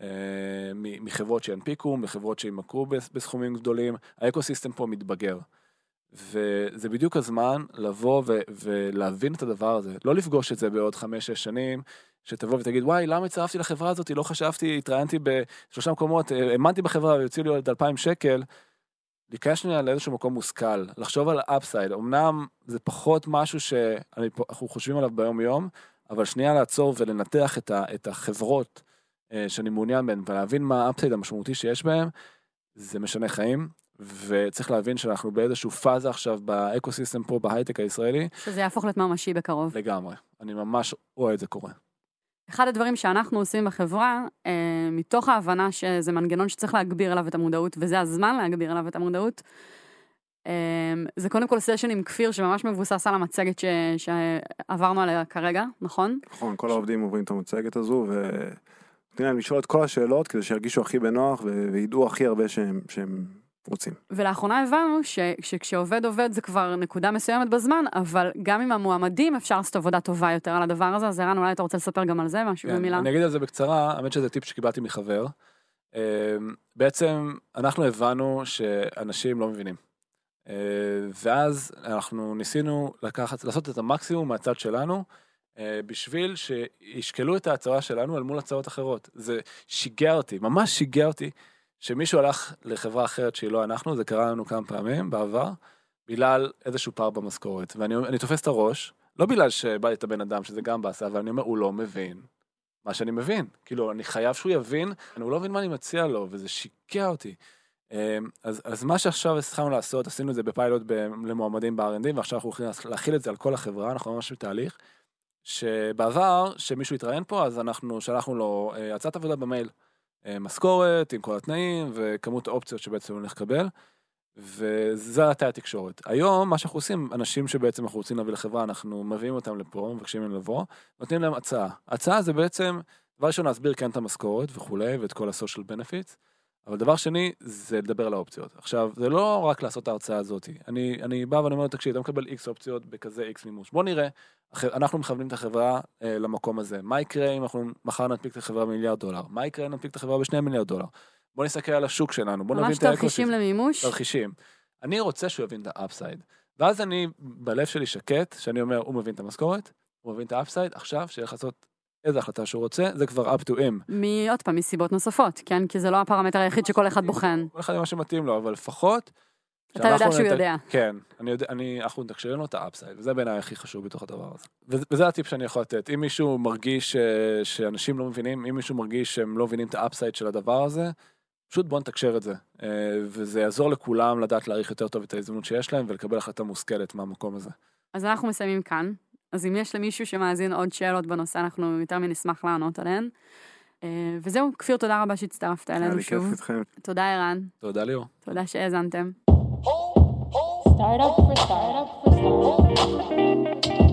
מחברות שינפיקו, מחברות שימכרו בסכומים גדולים, האקוסיסטם פה מתבגר. וזה בדיוק הזמן לבוא ו- ולהבין את הדבר הזה, לא לפגוש את זה בעוד חמש, שש שנים, שתבוא ותגיד, וואי, למה הצטרפתי לחברה הזאת? לא חשבתי, התראיינתי בשלושה מקומות, האמנתי בחברה ויוציאו לי עוד אלפיים שקל, להיכנס שנייה לאיזשהו מקום מושכל, לחשוב על האפסייד, אמנם זה פחות משהו שאנחנו חושבים עליו ביום יום, אבל שנייה לעצור ולנתח את, ה- את החברות שאני מעוניין בהן, ולהבין מה האפסייד המשמעותי שיש בהן, זה משנה חיים, וצריך להבין שאנחנו באיזשהו פאזה עכשיו באקוסיסטם פה בהייטק הישראלי. שזה יהפוך להיות ממשי בקרוב. לגמרי. אני ממש רואה את זה קורה. אחד הדברים שאנחנו עושים בחברה, אה, מתוך ההבנה שזה מנגנון שצריך להגביר עליו את המודעות, וזה הזמן להגביר עליו את המודעות, אה, זה קודם כל סשן עם כפיר שממש מבוסס על המצגת ש, שעברנו עליה כרגע, נכון? נכון, כל העובדים עוברים את המצגת הזו, ו... נתן להם לשאול את כל השאלות, כדי שירגישו הכי בנוח, ו... וידעו הכי הרבה שהם... שהם... רוצים. ולאחרונה הבנו ש, שכשעובד עובד זה כבר נקודה מסוימת בזמן, אבל גם עם המועמדים אפשר לעשות עבודה טובה יותר על הדבר הזה, אז ערן, אולי אתה רוצה לספר גם על זה משהו כן, במילה? אני אגיד על זה בקצרה, האמת שזה טיפ שקיבלתי מחבר. בעצם אנחנו הבנו שאנשים לא מבינים. ואז אנחנו ניסינו לקחת, לעשות את המקסימום מהצד שלנו, בשביל שישקלו את ההצעה שלנו אל מול הצעות אחרות. זה שיגע אותי, ממש שיגע אותי, שמישהו הלך לחברה אחרת שהיא לא אנחנו, זה קרה לנו כמה פעמים בעבר, בגלל איזשהו פער במשכורת. ואני אני תופס את הראש, לא בגלל שבא לי את הבן אדם, שזה גם בעשה, אבל אני אומר, הוא לא מבין מה שאני מבין. כאילו, אני חייב שהוא יבין, הוא לא מבין מה אני מציע לו, וזה שיקע אותי. אז, אז מה שעכשיו התחלנו לעשות, עשינו את זה בפיילוט למועמדים ב-אר אנד די, ועכשיו אנחנו הולכים להכיל את זה על כל החברה, אנחנו ממש בתהליך, שבעבר, שמישהו יתראיין פה, אז אנחנו שלחנו לו הצעת עבודה במייל, משכורת, עם כל התנאים, וכמות האופציות שבעצם הולך לקבל, וזה הייתה התקשורת. היום, מה שאנחנו עושים, אנשים שבעצם אנחנו רוצים להביא לחברה, אנחנו מביאים אותם לפה, מבקשים להם לבוא, נותנים להם הצעה. הצעה זה בעצם, דבר ראשון, להסביר כן את המשכורת וכולי, ואת כל ה-social benefits, אבל דבר שני, זה לדבר על האופציות. עכשיו, זה לא רק לעשות את ההרצאה הזאת. אני, אני בא ואני אומר, תקשיב, אתה מקבל X אופציות בכזה X מימוש. בוא נראה, אנחנו מכוונים את החברה אה, למקום הזה. מה יקרה אם אנחנו מחר ננפיק את החברה במיליארד דולר? מה יקרה אם ננפיק את החברה בשני מיליארד דולר? בוא נסתכל על השוק שלנו, בוא נבין את האקוסיסטם. ממש תרחישים למימוש? תרחישים. אני רוצה שהוא יבין את האפסייד. ואז אני, בלב שלי שקט, שאני אומר, הוא מבין את המשכורת, הוא מבין את האפסייד, עכשיו שילך לעשות איזה החלטה שהוא רוצה, זה כבר up to him. מי, עוד פעם, מסיבות נוספות, כן? כי זה לא הפרמטר היחיד שכל אחד בוחן. כל אחד מה שמתאים לו, אבל לפחות... אתה יודע שהוא יודע. כן, אני יודע, אנחנו נתקשרים לו את האפסייד, וזה בעיניי הכי חשוב בתוך הדבר הזה. וזה הטיפ שאני יכול לתת. אם מישהו מרגיש שאנשים לא מבינים, אם מישהו מרגיש שהם לא מבינים את האפסייד של הדבר הזה, פשוט בוא נתקשר את זה. וזה יעזור לכולם לדעת להעריך יותר טוב את ההזדמנות שיש להם, ולקבל החלטה מושכלת מהמקום הזה. אז אנחנו מסיימים כאן. אז אם יש למישהו שמאזין עוד שאלות בנושא, אנחנו יותר מנשמח לענות עליהן. וזהו, כפיר, תודה רבה שהצטרפת היה אלינו לי כיף שוב. איתכם. תודה ערן, תודה ליאור. תודה שהאזנתם. Startup for startup for startup.